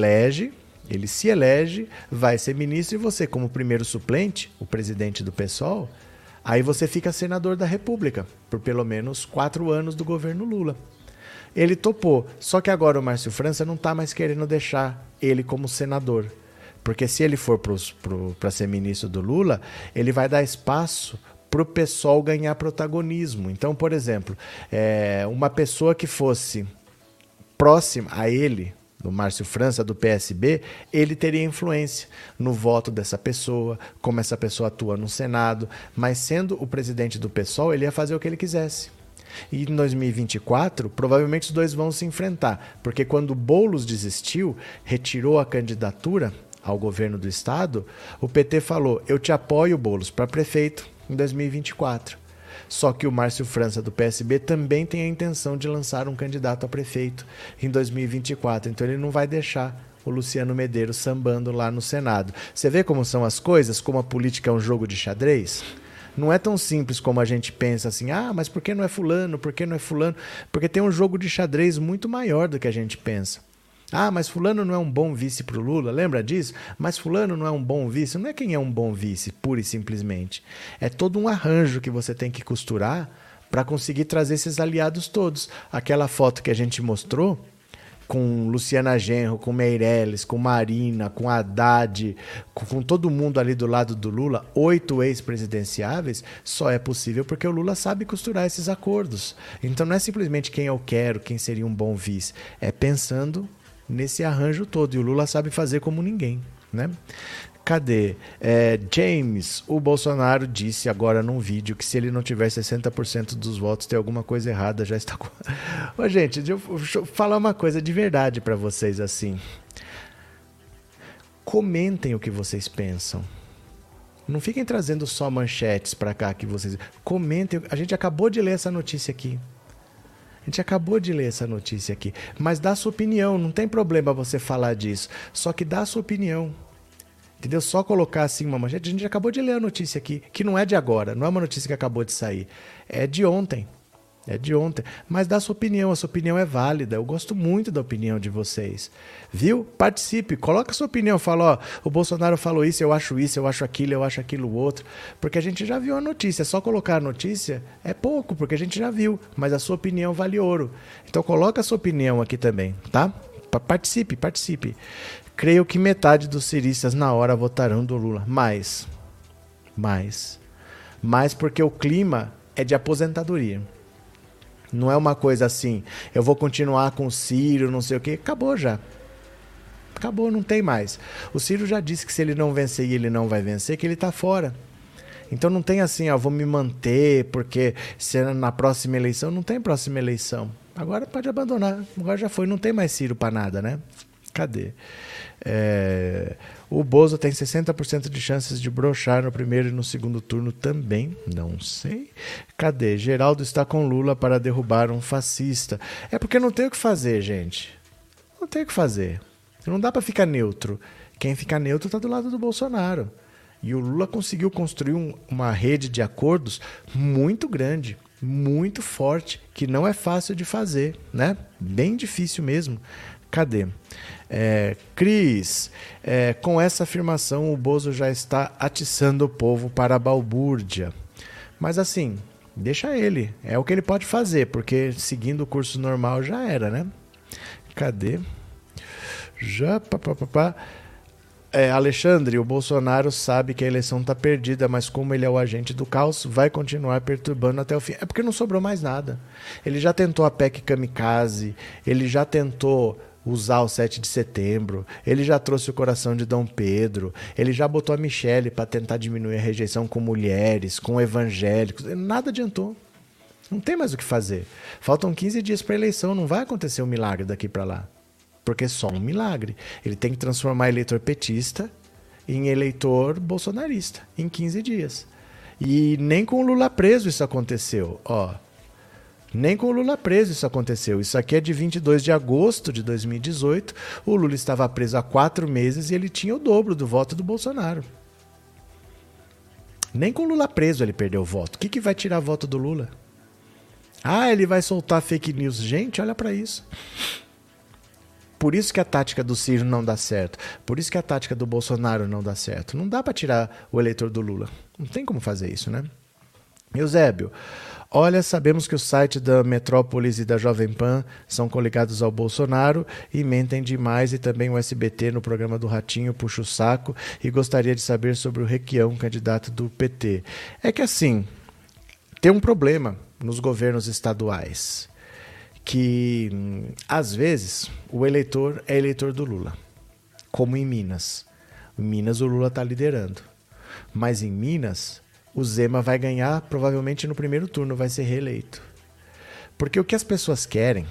se elege, vai ser ministro, e você, como primeiro suplente, o presidente do PSOL, aí você fica senador da República, por pelo menos 4 anos do governo Lula. Ele topou, só que agora o Márcio França não está mais querendo deixar ele como senador, porque se ele for para ser ministro do Lula, ele vai dar espaço para o PSOL ganhar protagonismo. Então, por exemplo, uma pessoa que fosse próxima a ele, do Márcio França, do PSB, ele teria influência no voto dessa pessoa, como essa pessoa atua no Senado, mas sendo o presidente do PSOL, ele ia fazer o que ele quisesse. E em 2024, provavelmente os dois vão se enfrentar, porque quando o Boulos desistiu, retirou a candidatura ao governo do estado, o PT falou, eu te apoio, Boulos, para prefeito em 2024. Só que o Márcio França, do PSB, também tem a intenção de lançar um candidato a prefeito em 2024. Então ele não vai deixar o Luciano Medeiros sambando lá no Senado. Você vê como são as coisas? Como a política é um jogo de xadrez? Não é tão simples como a gente pensa assim, mas por que não é fulano? Por que não é fulano? Porque tem um jogo de xadrez muito maior do que a gente pensa. Mas fulano não é um bom vice para o Lula, lembra disso? Mas fulano não é um bom vice. Não é quem é um bom vice, pura e simplesmente. É todo um arranjo que você tem que costurar para conseguir trazer esses aliados todos. Aquela foto que a gente mostrou, com Luciana Genro, com Meirelles, com Marina, com Haddad, com todo mundo ali do lado do Lula, 8 ex-presidenciáveis, só é possível porque o Lula sabe costurar esses acordos. Então não é simplesmente quem eu quero, quem seria um bom vice. É pensando nesse arranjo todo, e o Lula sabe fazer como ninguém, né? Cadê? James, o Bolsonaro disse agora num vídeo que se ele não tiver 60% dos votos tem alguma coisa errada, já está com... Ô, gente, deixa eu falar uma coisa de verdade para vocês assim. Comentem o que vocês pensam. Não fiquem trazendo só manchetes para cá que vocês... Comentem, a gente acabou de ler essa notícia aqui. Mas dá a sua opinião, não tem problema você falar disso. Só que dá a sua opinião. Entendeu? Só colocar assim uma manchete. A gente acabou de ler a notícia aqui, que não é de agora, não é uma notícia que acabou de sair. É de ontem. É de ontem. Mas dá a sua opinião é válida. Eu gosto muito da opinião de vocês. Viu? Participe, coloca a sua opinião. Fala, ó, o Bolsonaro falou isso, eu acho aquilo outro. Porque a gente já viu a notícia. Só colocar a notícia é pouco, porque a gente já viu. Mas a sua opinião vale ouro. Então coloca a sua opinião aqui também, tá? Participe. Creio que metade dos ciristas na hora votarão do Lula. Mais porque o clima é de aposentadoria. Não é uma coisa assim, eu vou continuar com o Ciro, não sei o quê. Acabou já. Acabou, não tem mais. O Ciro já disse que se ele não vencer e ele não vai vencer, que ele tá fora. Então não tem assim, ó, vou me manter, porque se na próxima eleição, não tem próxima eleição. Agora pode abandonar. Agora já foi, não tem mais Ciro pra nada, né? Cadê? O Bozo tem 60% de chances de brochar no primeiro e no segundo turno também. Não sei. Cadê? Geraldo está com Lula para derrubar um fascista. É porque não tem o que fazer, gente. Não tem o que fazer. Não dá para ficar neutro. Quem fica neutro está do lado do Bolsonaro. E o Lula conseguiu construir uma rede de acordos muito grande, muito forte, que não é fácil de fazer, né? Bem difícil mesmo. Cadê? Cris, com essa afirmação o Bozo já está atiçando o povo para a balbúrdia. Mas assim, deixa ele. É o que ele pode fazer, porque seguindo o curso normal já era, né? Cadê? Alexandre, o Bolsonaro sabe que a eleição está perdida, mas como ele é o agente do caos, vai continuar perturbando até o fim. É porque não sobrou mais nada. Ele já tentou a PEC kamikaze, ele já tentou usar o 7 de setembro, ele já trouxe o coração de Dom Pedro, ele já botou a Michelle para tentar diminuir a rejeição com mulheres, com evangélicos, nada adiantou. Não tem mais o que fazer. Faltam 15 dias para a eleição, não vai acontecer um milagre daqui para lá. Porque é só um milagre. Ele tem que transformar eleitor petista em eleitor bolsonarista em 15 dias. E nem com o Lula preso isso aconteceu. Nem com o Lula preso isso aconteceu. Isso aqui é de 22 de agosto de 2018. O Lula estava preso há 4 meses e ele tinha o dobro do voto do Bolsonaro. Nem com o Lula preso ele perdeu o voto. O que vai tirar voto do Lula? Ele vai soltar fake news. Gente, olha para isso. Por isso que a tática do Ciro não dá certo. Por isso que a tática do Bolsonaro não dá certo. Não dá para tirar o eleitor do Lula. Não tem como fazer isso, né? Eusébio, olha, sabemos que o site da Metrópolis e da Jovem Pan são coligados ao Bolsonaro e mentem demais, e também o SBT no programa do Ratinho puxa o saco, e gostaria de saber sobre o Requião, candidato do PT. É que assim, tem um problema nos governos estaduais, que às vezes o eleitor é eleitor do Lula, como em Minas. Em Minas o Lula está liderando, mas em Minas o Zema vai ganhar provavelmente no primeiro turno, vai ser reeleito. Porque o que as pessoas querem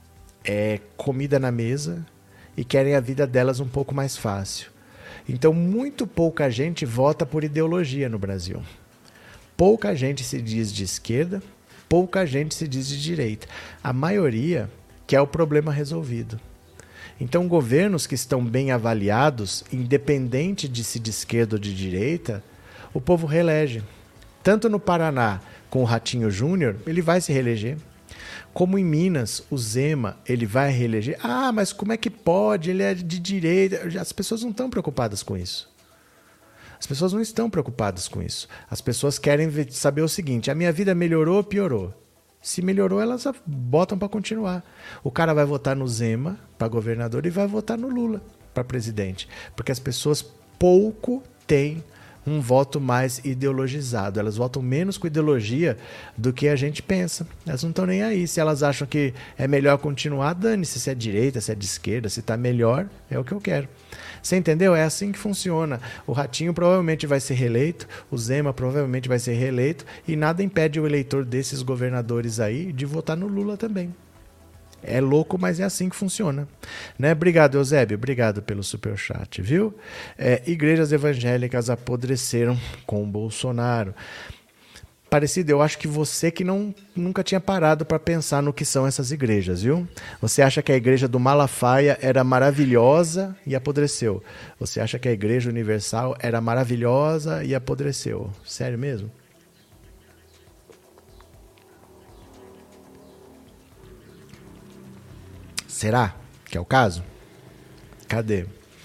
é comida na mesa e querem a vida delas um pouco mais fácil. Então muito pouca gente vota por ideologia no Brasil. Pouca gente se diz de esquerda, pouca gente se diz de direita. A maioria quer o problema resolvido. Então, governos que estão bem avaliados, independente de se de esquerda ou de direita, o povo reelege. Tanto no Paraná, com o Ratinho Júnior, ele vai se reeleger. Como em Minas, o Zema, ele vai reeleger. Mas como é que pode? Ele é de direita. As pessoas não estão preocupadas com isso. As pessoas não estão preocupadas com isso. As pessoas querem saber o seguinte: a minha vida melhorou ou piorou? Se melhorou, elas botam para continuar. O cara vai votar no Zema para governador e vai votar no Lula para presidente. Porque as pessoas pouco têm um voto mais ideologizado. Elas votam menos com ideologia do que a gente pensa. Elas não estão nem aí. Se elas acham que é melhor continuar, dane-se se é direita, se é de esquerda, se está melhor, é o que eu quero. Você entendeu? É assim que funciona. O Ratinho provavelmente vai ser reeleito, o Zema provavelmente vai ser reeleito, e nada impede o eleitor desses governadores aí de votar no Lula também. É louco, mas é assim que funciona. Né? Obrigado, Eusébio. Obrigado pelo superchat, viu? Igrejas evangélicas apodreceram com o Bolsonaro. Parecido, eu acho que você que nunca tinha parado para pensar no que são essas igrejas, viu? Você acha que a igreja do Malafaia era maravilhosa e apodreceu. Você acha que a igreja universal era maravilhosa e apodreceu. Sério mesmo? Será que é o caso? Cadê?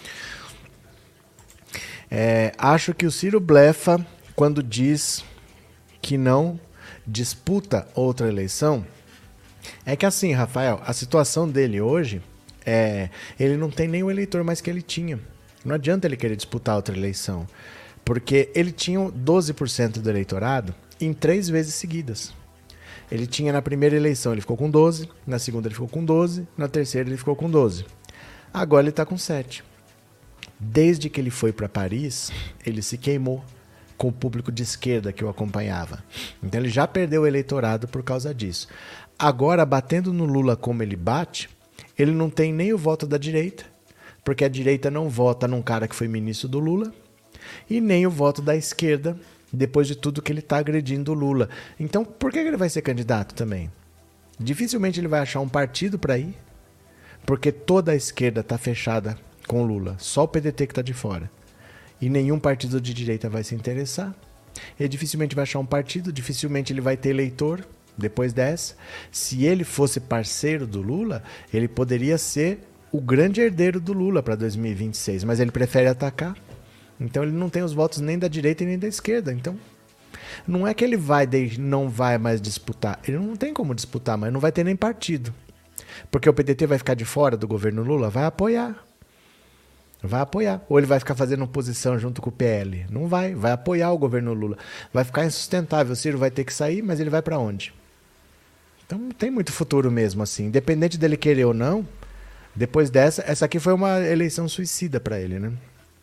Acho que o Ciro blefa quando diz que não disputa outra eleição. É que assim, Rafael, a situação dele hoje ele não tem nem o eleitor mais que ele tinha. Não adianta ele querer disputar outra eleição, porque ele tinha 12% do eleitorado em 3 vezes seguidas. Ele tinha na primeira eleição, ele ficou com 12, na segunda ele ficou com 12, na terceira ele ficou com 12. Agora ele está com 7. Desde que ele foi para Paris, ele se queimou com o público de esquerda que o acompanhava. Então ele já perdeu o eleitorado por causa disso. Agora, batendo no Lula como ele bate, ele não tem nem o voto da direita, porque a direita não vota num cara que foi ministro do Lula, e nem o voto da esquerda, depois de tudo que ele está agredindo o Lula. Então, por que ele vai ser candidato também? Dificilmente ele vai achar um partido para ir, porque toda a esquerda está fechada com o Lula, só o PDT que está de fora. E nenhum partido de direita vai se interessar. Ele dificilmente vai achar um partido, dificilmente ele vai ter eleitor depois dessa. Se ele fosse parceiro do Lula, ele poderia ser o grande herdeiro do Lula para 2026, mas ele prefere atacar. Então ele não tem os votos nem da direita e nem da esquerda. Então não é que ele não vai mais disputar. Ele não tem como disputar, mas não vai ter nem partido. Porque o PDT vai ficar de fora do governo Lula? Vai apoiar. Vai apoiar. Ou ele vai ficar fazendo oposição junto com o PL? Não vai. Vai apoiar o governo Lula. Vai ficar insustentável. O Ciro vai ter que sair, mas ele vai para onde? Então não tem muito futuro mesmo assim. Independente dele querer ou não, depois dessa, essa aqui foi uma eleição suicida para ele, né?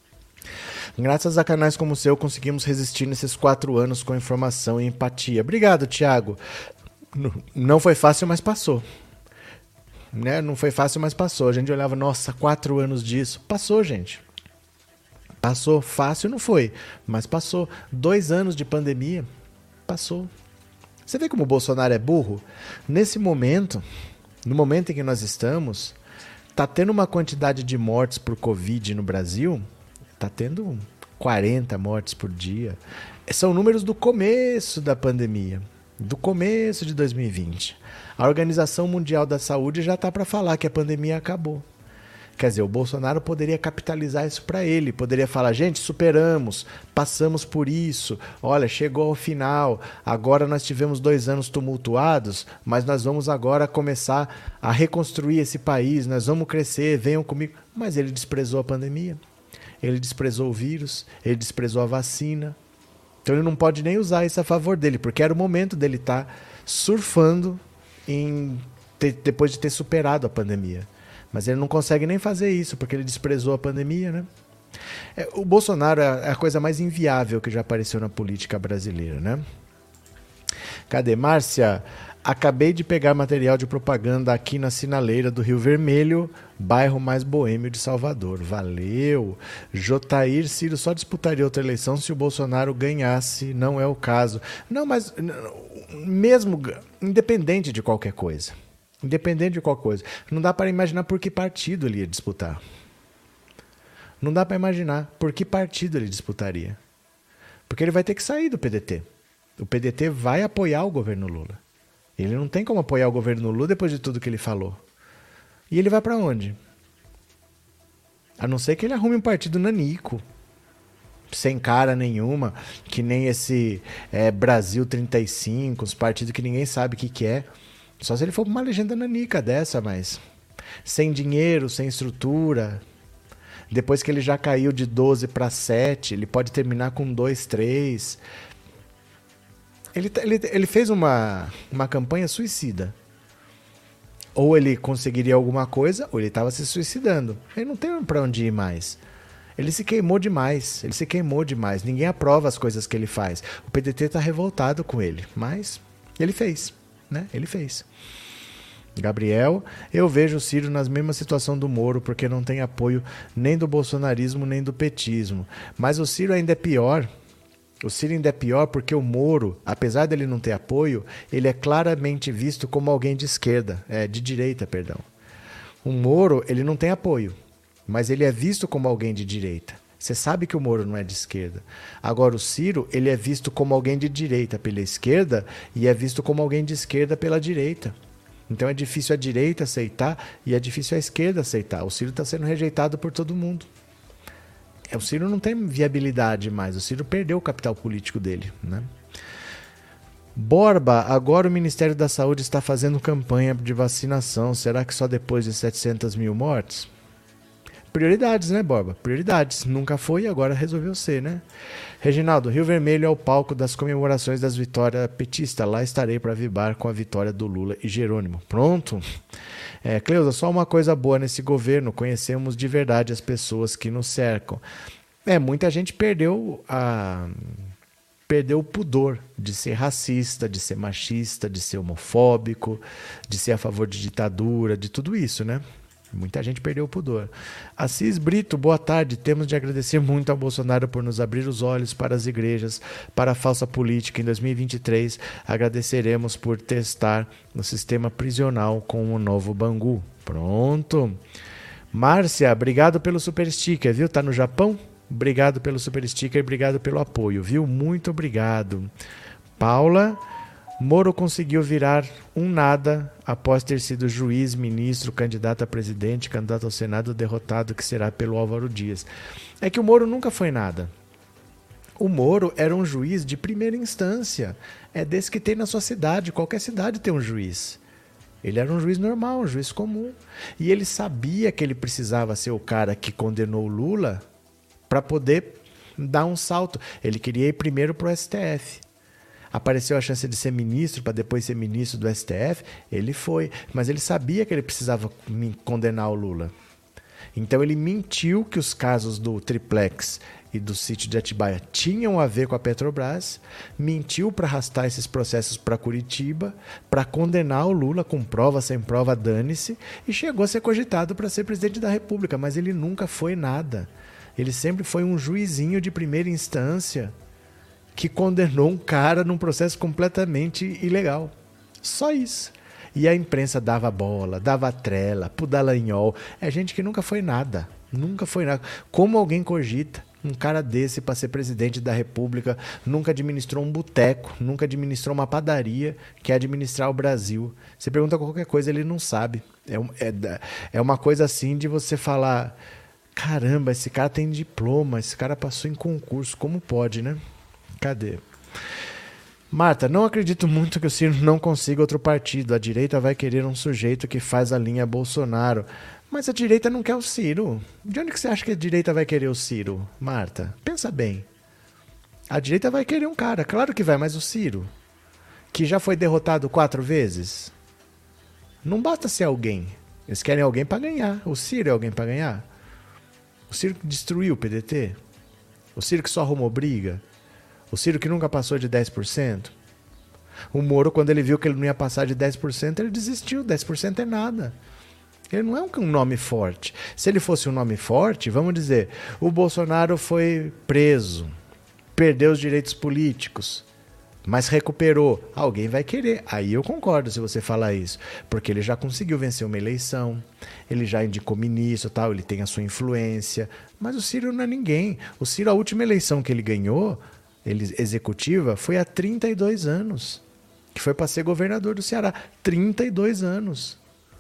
Graças a canais como o seu, conseguimos resistir nesses 4 anos com informação e empatia. Obrigado, Thiago. Não foi fácil, mas passou. Né? Não foi fácil, mas passou. A gente olhava, nossa, 4 anos disso. Passou, gente. Passou. Fácil não foi, mas passou. 2 anos de pandemia. Passou. Você vê como o Bolsonaro é burro? Nesse momento, no momento em que nós estamos, tá tendo uma quantidade de mortes por Covid no Brasil, tá tendo 40 mortes por dia. São números do começo da pandemia, do começo de 2020. A Organização Mundial da Saúde já está para falar que a pandemia acabou. Quer dizer, o Bolsonaro poderia capitalizar isso para ele, poderia falar, gente, superamos, passamos por isso, olha, chegou ao final, agora nós tivemos 2 anos tumultuados, mas nós vamos agora começar a reconstruir esse país, nós vamos crescer, venham comigo. Mas ele desprezou a pandemia, ele desprezou o vírus, ele desprezou a vacina, então ele não pode nem usar isso a favor dele, porque era o momento dele estar surfando depois de ter superado a pandemia. Mas ele não consegue nem fazer isso, porque ele desprezou a pandemia, né? O Bolsonaro é a coisa mais inviável que já apareceu na política brasileira, né? Cadê? Márcia, acabei de pegar material de propaganda aqui na Sinaleira do Rio Vermelho, bairro mais boêmio de Salvador. Valeu! Jotair, Ciro só disputaria outra eleição se o Bolsonaro ganhasse, não é o caso. Não, mas mesmo independente de qualquer coisa. Independente de qualquer coisa. Não dá para imaginar por que partido ele ia disputar. Não dá para imaginar por que partido ele disputaria. Porque ele vai ter que sair do PDT. O PDT vai apoiar o governo Lula. Ele não tem como apoiar o governo Lula depois de tudo que ele falou. E ele vai para onde? A não ser que ele arrume um partido nanico. Sem cara nenhuma. Que nem esse Brasil 35, os partidos que ninguém sabe o que é. Só se ele for uma legenda nanica dessa, mas sem dinheiro, sem estrutura. Depois que ele já caiu de 12 para 7, ele pode terminar com 2, 3. Ele fez uma campanha suicida. Ou ele conseguiria alguma coisa, ou ele estava se suicidando. Ele não tem para onde ir mais. Ele se queimou demais. Ninguém aprova as coisas que ele faz. O PDT está revoltado com ele, mas ele fez. Né? Ele fez. Gabriel, eu vejo o Ciro na mesma situação do Moro, porque não tem apoio nem do bolsonarismo nem do petismo. Mas o Ciro ainda é pior. O Ciro ainda é pior porque o Moro, apesar dele não ter apoio, ele é claramente visto como alguém de esquerda, de direita, perdão. O Moro, ele não tem apoio, mas ele é visto como alguém de direita. Você sabe que o Moro não é de esquerda. Agora, o Ciro, ele é visto como alguém de direita pela esquerda e é visto como alguém de esquerda pela direita. Então é difícil a direita aceitar e é difícil a esquerda aceitar. O Ciro está sendo rejeitado por todo mundo. O Ciro não tem viabilidade mais. O Ciro perdeu o capital político dele, né? Borba, agora o Ministério da Saúde está fazendo campanha de vacinação. Será que só depois de 700 mil mortes? Prioridades, né, Borba? Prioridades. Nunca foi e agora resolveu ser, né? Reginaldo, Rio Vermelho é o palco das comemorações das vitórias petistas. Lá estarei para vibrar com a vitória do Lula e Jerônimo. Pronto? Cleusa, só uma coisa boa nesse governo. Conhecemos de verdade as pessoas que nos cercam. Muita gente perdeu o pudor de ser racista, de ser machista, de ser homofóbico, de ser a favor de ditadura, de tudo isso, né? Muita gente perdeu o pudor. Assis Brito, boa tarde. Temos de agradecer muito ao Bolsonaro por nos abrir os olhos para as igrejas, para a falsa política. Em 2023, agradeceremos por testar no sistema prisional com o novo Bangu. Pronto. Márcia, obrigado pelo super sticker, viu? Tá no Japão? Obrigado pelo super sticker, obrigado pelo apoio, viu? Muito obrigado. Paula, Moro conseguiu virar um nada após ter sido juiz, ministro, candidato a presidente, candidato ao Senado, derrotado que será pelo Álvaro Dias. É que o Moro nunca foi nada. O Moro era um juiz de primeira instância. É desse que tem na sua cidade. Qualquer cidade tem um juiz. Ele era um juiz normal, um juiz comum. E ele sabia que ele precisava ser o cara que condenou o Lula para poder dar um salto. Ele queria ir primeiro para o STF. Apareceu a chance de ser ministro para depois ser ministro do STF, ele foi. Mas ele sabia que ele precisava condenar o Lula. Então ele mentiu que os casos do Triplex e do sítio de Atibaia tinham a ver com a Petrobras, mentiu para arrastar esses processos para Curitiba, para condenar o Lula com prova, sem prova, dane-se, e chegou a ser cogitado para ser presidente da República, mas ele nunca foi nada. Ele sempre foi um juizinho de primeira instância que condenou um cara num processo completamente ilegal. Só isso. E a imprensa dava bola, dava trela, pro Dallagnol. É gente que nunca foi nada. Nunca foi nada. Como alguém cogita um cara desse para ser presidente da República, nunca administrou um boteco, nunca administrou uma padaria, quer administrar o Brasil. Você pergunta qualquer coisa, ele não sabe. É uma coisa assim de você falar, caramba, esse cara tem diploma, esse cara passou em concurso, como pode, né? Cadê? Marta, não acredito muito que o Ciro não consiga outro partido. A direita vai querer um sujeito que faz a linha Bolsonaro. Mas a direita não quer o Ciro. De onde que você acha que a direita vai querer o Ciro, Marta? Pensa bem. A direita vai querer um cara, claro que vai, mas o Ciro, que já foi derrotado 4 vezes, não basta ser alguém. Eles querem alguém para ganhar. O Ciro é alguém para ganhar? O Ciro que destruiu o PDT? O Ciro que só arrumou briga? O Ciro que nunca passou de 10%? O Moro, quando ele viu que ele não ia passar de 10%, ele desistiu. 10% é nada. Ele não é um nome forte. Se ele fosse um nome forte, vamos dizer, o Bolsonaro foi preso, perdeu os direitos políticos, mas recuperou. Alguém vai querer. Aí eu concordo se você falar isso. Porque ele já conseguiu vencer uma eleição, ele já indicou ministro, tal, ele tem a sua influência. Mas o Ciro não é ninguém. O Ciro, a última eleição que ele ganhou, executiva, foi há 32 anos. Que foi para ser governador do Ceará. 32 anos.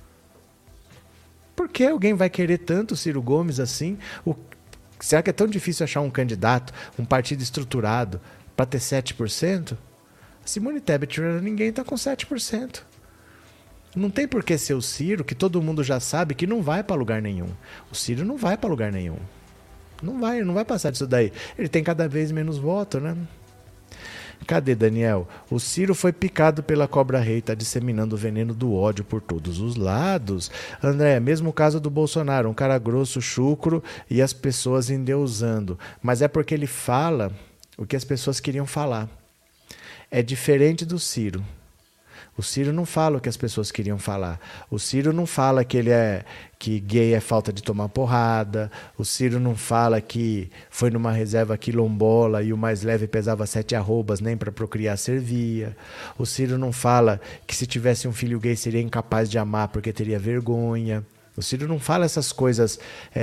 Por que alguém vai querer tanto o Ciro Gomes assim? Será que é tão difícil achar um candidato, um partido estruturado, para ter 7%? Simone Tebet não era ninguém, está com 7%. Não tem por que ser o Ciro, que todo mundo já sabe que não vai para lugar nenhum. O Ciro não vai para lugar nenhum. Não vai passar disso daí. Ele tem cada vez menos voto, né? Cadê, Daniel? O Ciro foi picado pela cobra-rei, está disseminando o veneno do ódio por todos os lados. André, mesmo caso do Bolsonaro, um cara grosso, chucro e as pessoas endeusando. Mas é porque ele fala o que as pessoas queriam falar. É diferente do Ciro. O Ciro não fala o que as pessoas queriam falar. O Ciro não fala que gay é falta de tomar porrada. O Ciro não fala que foi numa reserva quilombola e o mais leve pesava 7 arrobas, nem para procriar servia. O Ciro não fala que se tivesse um filho gay seria incapaz de amar porque teria vergonha. O Ciro não fala essas coisas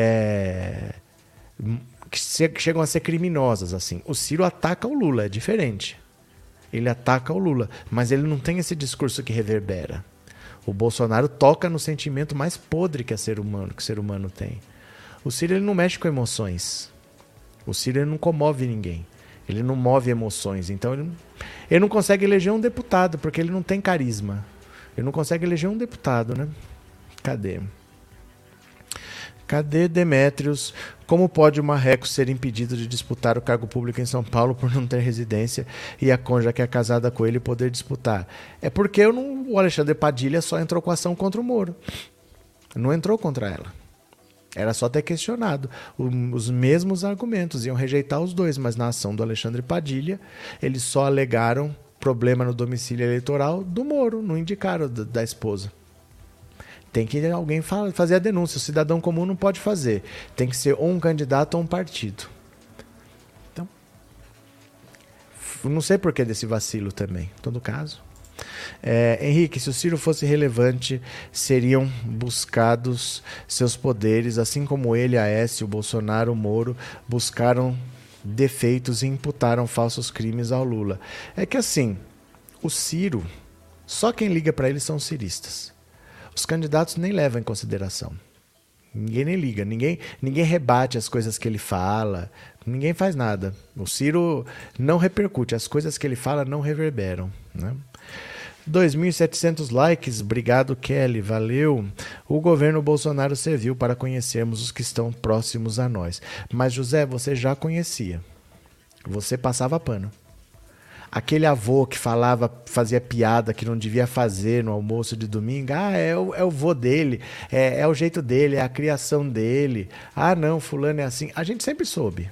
que chegam a ser criminosas, assim. O Ciro ataca o Lula, é diferente. Ele ataca o Lula, mas ele não tem esse discurso que reverbera. O Bolsonaro toca no sentimento mais podre que o ser humano tem. O Ciro ele não mexe com emoções. O Ciro ele não comove ninguém. Ele não move emoções. Então ele não consegue eleger um deputado, porque ele não tem carisma. Ele não consegue eleger um deputado, né? Cadê Demétrios? Como pode o Marreco ser impedido de disputar o cargo público em São Paulo por não ter residência e a cônjuge que é casada com ele poder disputar? É porque o Alexandre Padilha só entrou com ação contra o Moro. Não entrou contra ela. Era só ter questionado. Os mesmos argumentos, iam rejeitar os dois, mas na ação do Alexandre Padilha, eles só alegaram problema no domicílio eleitoral do Moro, não indicaram da esposa. Tem que alguém fazer a denúncia. O cidadão comum não pode fazer. Tem que ser ou um candidato ou um partido. Então, não sei por que desse vacilo também. Em todo caso. Henrique, se o Ciro fosse relevante, seriam buscados seus poderes, assim como ele, Aécio, o Bolsonaro, o Moro, buscaram defeitos e imputaram falsos crimes ao Lula. É que assim, o Ciro, só quem liga para ele são os ciristas. Os candidatos nem levam em consideração. Ninguém nem liga, ninguém rebate as coisas que ele fala, ninguém faz nada. O Ciro não repercute, as coisas que ele fala não reverberam, né? 2.700 likes, obrigado Kelly, valeu. O governo Bolsonaro serviu para conhecermos os que estão próximos a nós. Mas José, você já conhecia, você passava pano. Aquele avô que fazia piada que não devia fazer no almoço de domingo. É o vô dele, é o jeito dele, é a criação dele. Não, fulano é assim. A gente sempre soube.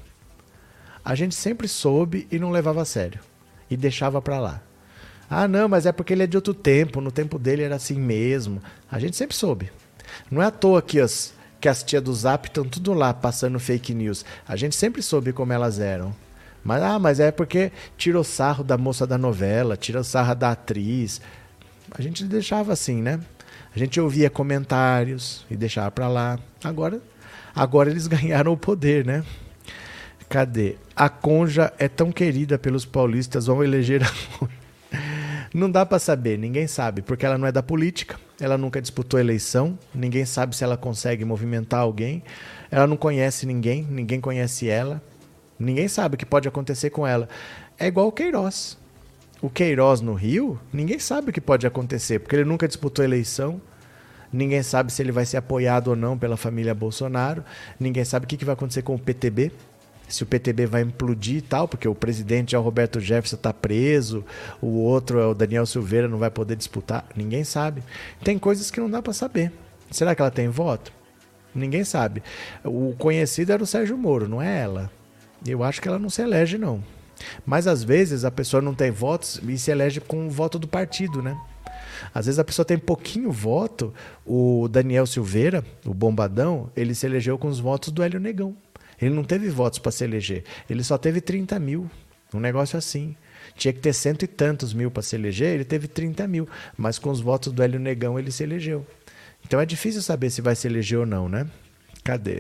E não levava a sério. E deixava pra lá. Não, mas é porque ele é de outro tempo. No tempo dele era assim mesmo. A gente sempre soube. Não é à toa que as tias do Zap estão tudo lá passando fake news. A gente sempre soube como elas eram. Mas é porque tirou sarro da moça da novela, tirou sarro da atriz. A gente deixava assim, né? A gente ouvia comentários e deixava pra lá. Agora eles ganharam o poder, né? Cadê? A Conja é tão querida pelos paulistas, vão eleger a Conja. Não dá pra saber, ninguém sabe, porque ela não é da política, ela nunca disputou eleição, ninguém sabe se ela consegue movimentar alguém, ela não conhece ninguém conhece ela. Ninguém sabe o que pode acontecer com ela. É igual o Queiroz. O Queiroz no Rio, ninguém sabe o que pode acontecer, porque ele nunca disputou eleição. Ninguém sabe se ele vai ser apoiado ou não pela família Bolsonaro. Ninguém sabe o que vai acontecer com o PTB. Se o PTB vai implodir e tal, porque o presidente é o Roberto Jefferson, está preso. O outro é o Daniel Silveira, não vai poder disputar. Ninguém sabe. Tem coisas que não dá para saber. Será que ela tem voto? Ninguém sabe. O conhecido era o Sérgio Moro, não é ela. Eu acho que ela não se elege, não. Mas, às vezes, a pessoa não tem votos e se elege com o voto do partido, né? Às vezes, a pessoa tem pouquinho voto. O Daniel Silveira, o bombadão, ele se elegeu com os votos do Hélio Negão. Ele não teve votos para se eleger. Ele só teve 30 mil. Um negócio assim. Tinha que ter 100 e tantos mil para se eleger, ele teve 30 mil. Mas com os votos do Hélio Negão, ele se elegeu. Então, é difícil saber se vai se eleger ou não, né? Cadê?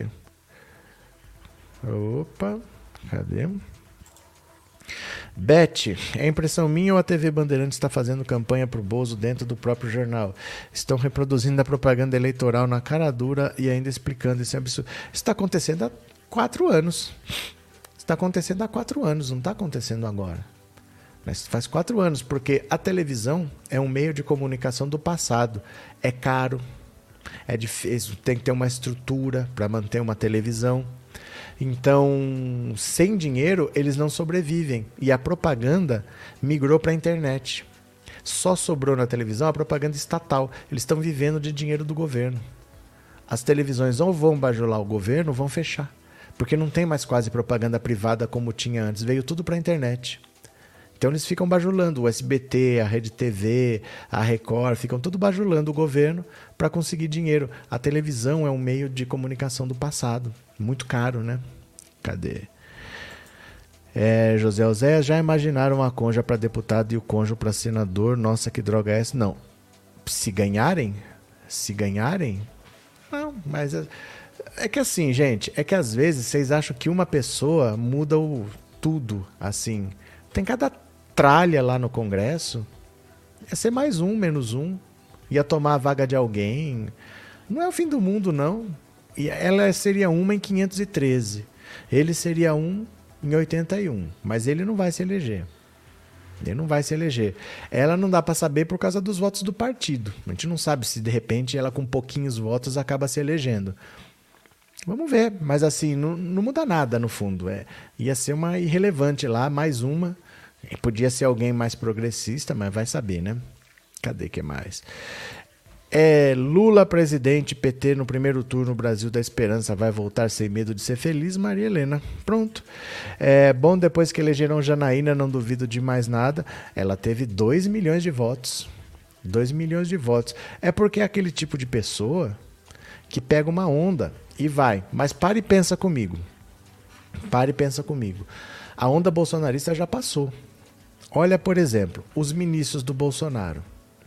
Cadê? Beth, é impressão minha ou a TV Bandeirantes está fazendo campanha pro Bozo dentro do próprio jornal? Estão reproduzindo a propaganda eleitoral na cara dura e ainda explicando esse absurdo. Isso está acontecendo há 4 anos. Está acontecendo há 4 anos, não está acontecendo agora. Mas faz 4 anos, porque a televisão é um meio de comunicação do passado. É caro, é difícil, tem que ter uma estrutura para manter uma televisão. Então, sem dinheiro, eles não sobrevivem. E a propaganda migrou para a internet. Só sobrou na televisão a propaganda estatal. Eles estão vivendo de dinheiro do governo. As televisões ou vão bajular o governo ou vão fechar. Porque não tem mais quase propaganda privada como tinha antes. Veio tudo para a internet. Então eles ficam bajulando o SBT, a Rede TV, a Record, ficam tudo bajulando o governo para conseguir dinheiro. A televisão é um meio de comunicação do passado. Muito caro, né? Cadê? José Osé, já imaginaram a Conja para deputado e o Conjo para senador? Nossa, que droga é essa? Não. Se ganharem? Não, mas... É que assim, gente, é que às vezes vocês acham que uma pessoa muda tudo, assim. Tem cada tralha lá no Congresso. É ser mais um, menos um. ia tomar a vaga de alguém. Não é o fim do mundo, não. E ela seria uma em 513. Ele seria um em 81. Mas ele não vai se eleger. Ele não vai se eleger. Ela não dá para saber por causa dos votos do partido. A gente não sabe se, de repente, ela com pouquinhos votos acaba se elegendo. Vamos ver. Mas, assim, não muda nada, no fundo. Ia ser uma irrelevante lá, mais uma. Podia ser alguém mais progressista, mas vai saber, né? Cadê que mais? Lula presidente, PT no primeiro turno, Brasil da Esperança vai voltar sem medo de ser feliz, Maria Helena. Pronto. Bom, depois que elegeram Janaína, não duvido de mais nada, ela teve 2 milhões de votos. 2 milhões de votos. É porque é aquele tipo de pessoa que pega uma onda e vai. Mas para e pensa comigo. Para e pensa comigo. A onda bolsonarista já passou. Olha, por exemplo, os ministros do Bolsonaro.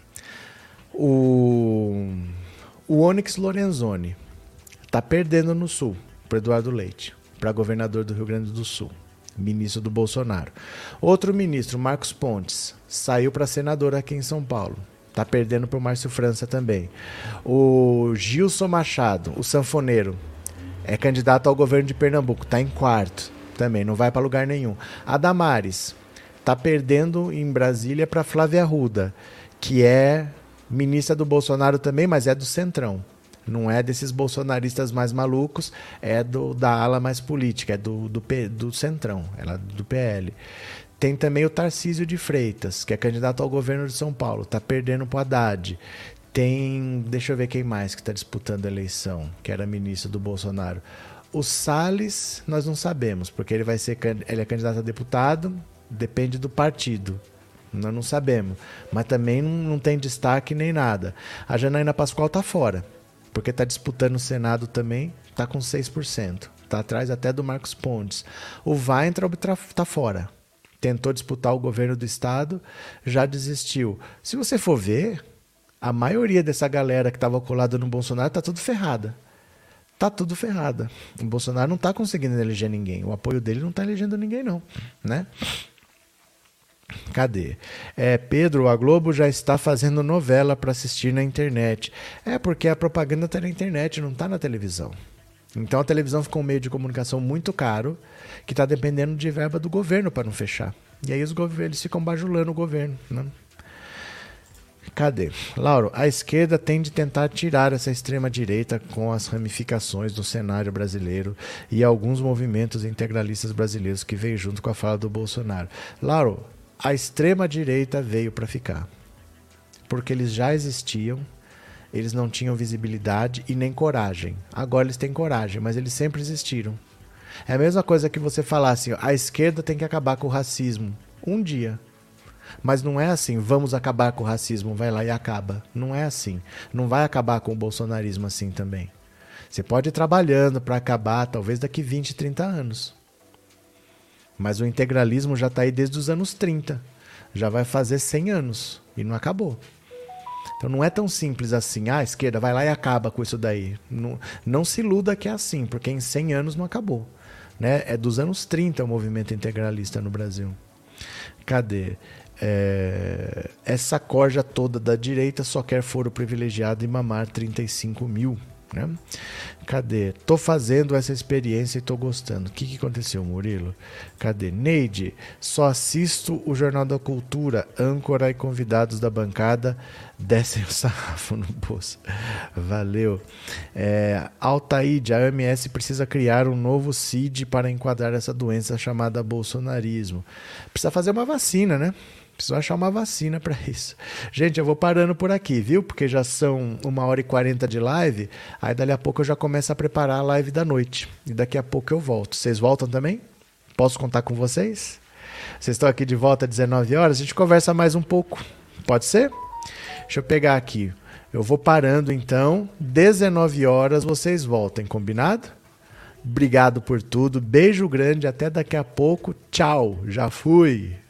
O Onyx Lorenzoni está perdendo no Sul para Eduardo Leite, para governador do Rio Grande do Sul, ministro do Bolsonaro. Outro ministro, Marcos Pontes, saiu para senador aqui em São Paulo. Está perdendo para o Márcio França também. O Gilson Machado, o sanfoneiro, é candidato ao governo de Pernambuco, está em quarto também, não vai para lugar nenhum. A Damares está perdendo em Brasília para Flávia Arruda, que é ministra do Bolsonaro também, mas é do Centrão. Não é desses bolsonaristas mais malucos, é da ala mais política, é do Centrão, ela é do PL. Tem também o Tarcísio de Freitas, que é candidato ao governo de São Paulo, está perdendo para o Haddad. Tem, deixa eu ver quem mais que está disputando a eleição, que era ministro do Bolsonaro. O Salles, nós não sabemos, porque ele é candidato a deputado, depende do partido. Nós não sabemos, mas também não tem destaque nem nada. A Janaína Pascoal está fora, porque está disputando o Senado também, está com 6%. Está atrás até do Marcos Pontes. O Weintraub está fora. Tentou disputar o governo do estado, já desistiu. Se você for ver, a maioria dessa galera que estava colada no Bolsonaro está tudo ferrada. Está tudo ferrada. O Bolsonaro não está conseguindo eleger ninguém. O apoio dele não está elegendo ninguém, não, né? Cadê? Pedro, a Globo já está fazendo novela para assistir na internet. Porque a propaganda está na internet, não está na televisão. Então a televisão ficou um meio de comunicação muito caro, que está dependendo de verba do governo para não fechar. E aí eles ficam bajulando o governo, né? Cadê? Lauro, a esquerda tem de tentar tirar essa extrema-direita com as ramificações do cenário brasileiro e alguns movimentos integralistas brasileiros que veio junto com a fala do Bolsonaro. Lauro, a extrema-direita veio para ficar, porque eles já existiam, eles não tinham visibilidade e nem coragem. Agora eles têm coragem, mas eles sempre existiram. É a mesma coisa que você falar assim, a esquerda tem que acabar com o racismo. Um dia. Mas não é assim, vamos acabar com o racismo, vai lá e acaba. Não é assim. Não vai acabar com o bolsonarismo assim também. Você pode ir trabalhando para acabar, talvez daqui 20, 30 anos. Mas o integralismo já está aí desde os anos 30. Já vai fazer 100 anos e não acabou. Então não é tão simples assim. A esquerda vai lá e acaba com isso daí. Não se iluda que é assim, porque em 100 anos não acabou. Né? É dos anos 30 o movimento integralista no Brasil. Cadê? Essa corja toda da direita só quer foro privilegiado e mamar 35 mil. Né? Cadê? Tô fazendo essa experiência e tô gostando. O que aconteceu, Murilo? Cadê? Neide, só assisto o Jornal da Cultura, âncora e convidados da bancada descem o sarrafo no bolso. Valeu. Altaíde, a OMS precisa criar um novo CID para enquadrar essa doença chamada bolsonarismo. Precisa fazer uma vacina, né? Preciso achar uma vacina para isso. Gente, eu vou parando por aqui, viu? Porque já são 1h40 de live. Aí dali a pouco eu já começo a preparar a live da noite. E daqui a pouco eu volto. Vocês voltam também? Posso contar com vocês? Vocês estão aqui de volta às 19 horas? A gente conversa mais um pouco. Pode ser? Deixa eu pegar aqui. Eu vou parando então. 19 horas vocês voltem, combinado? Obrigado por tudo. Beijo grande. Até daqui a pouco. Tchau. Já fui.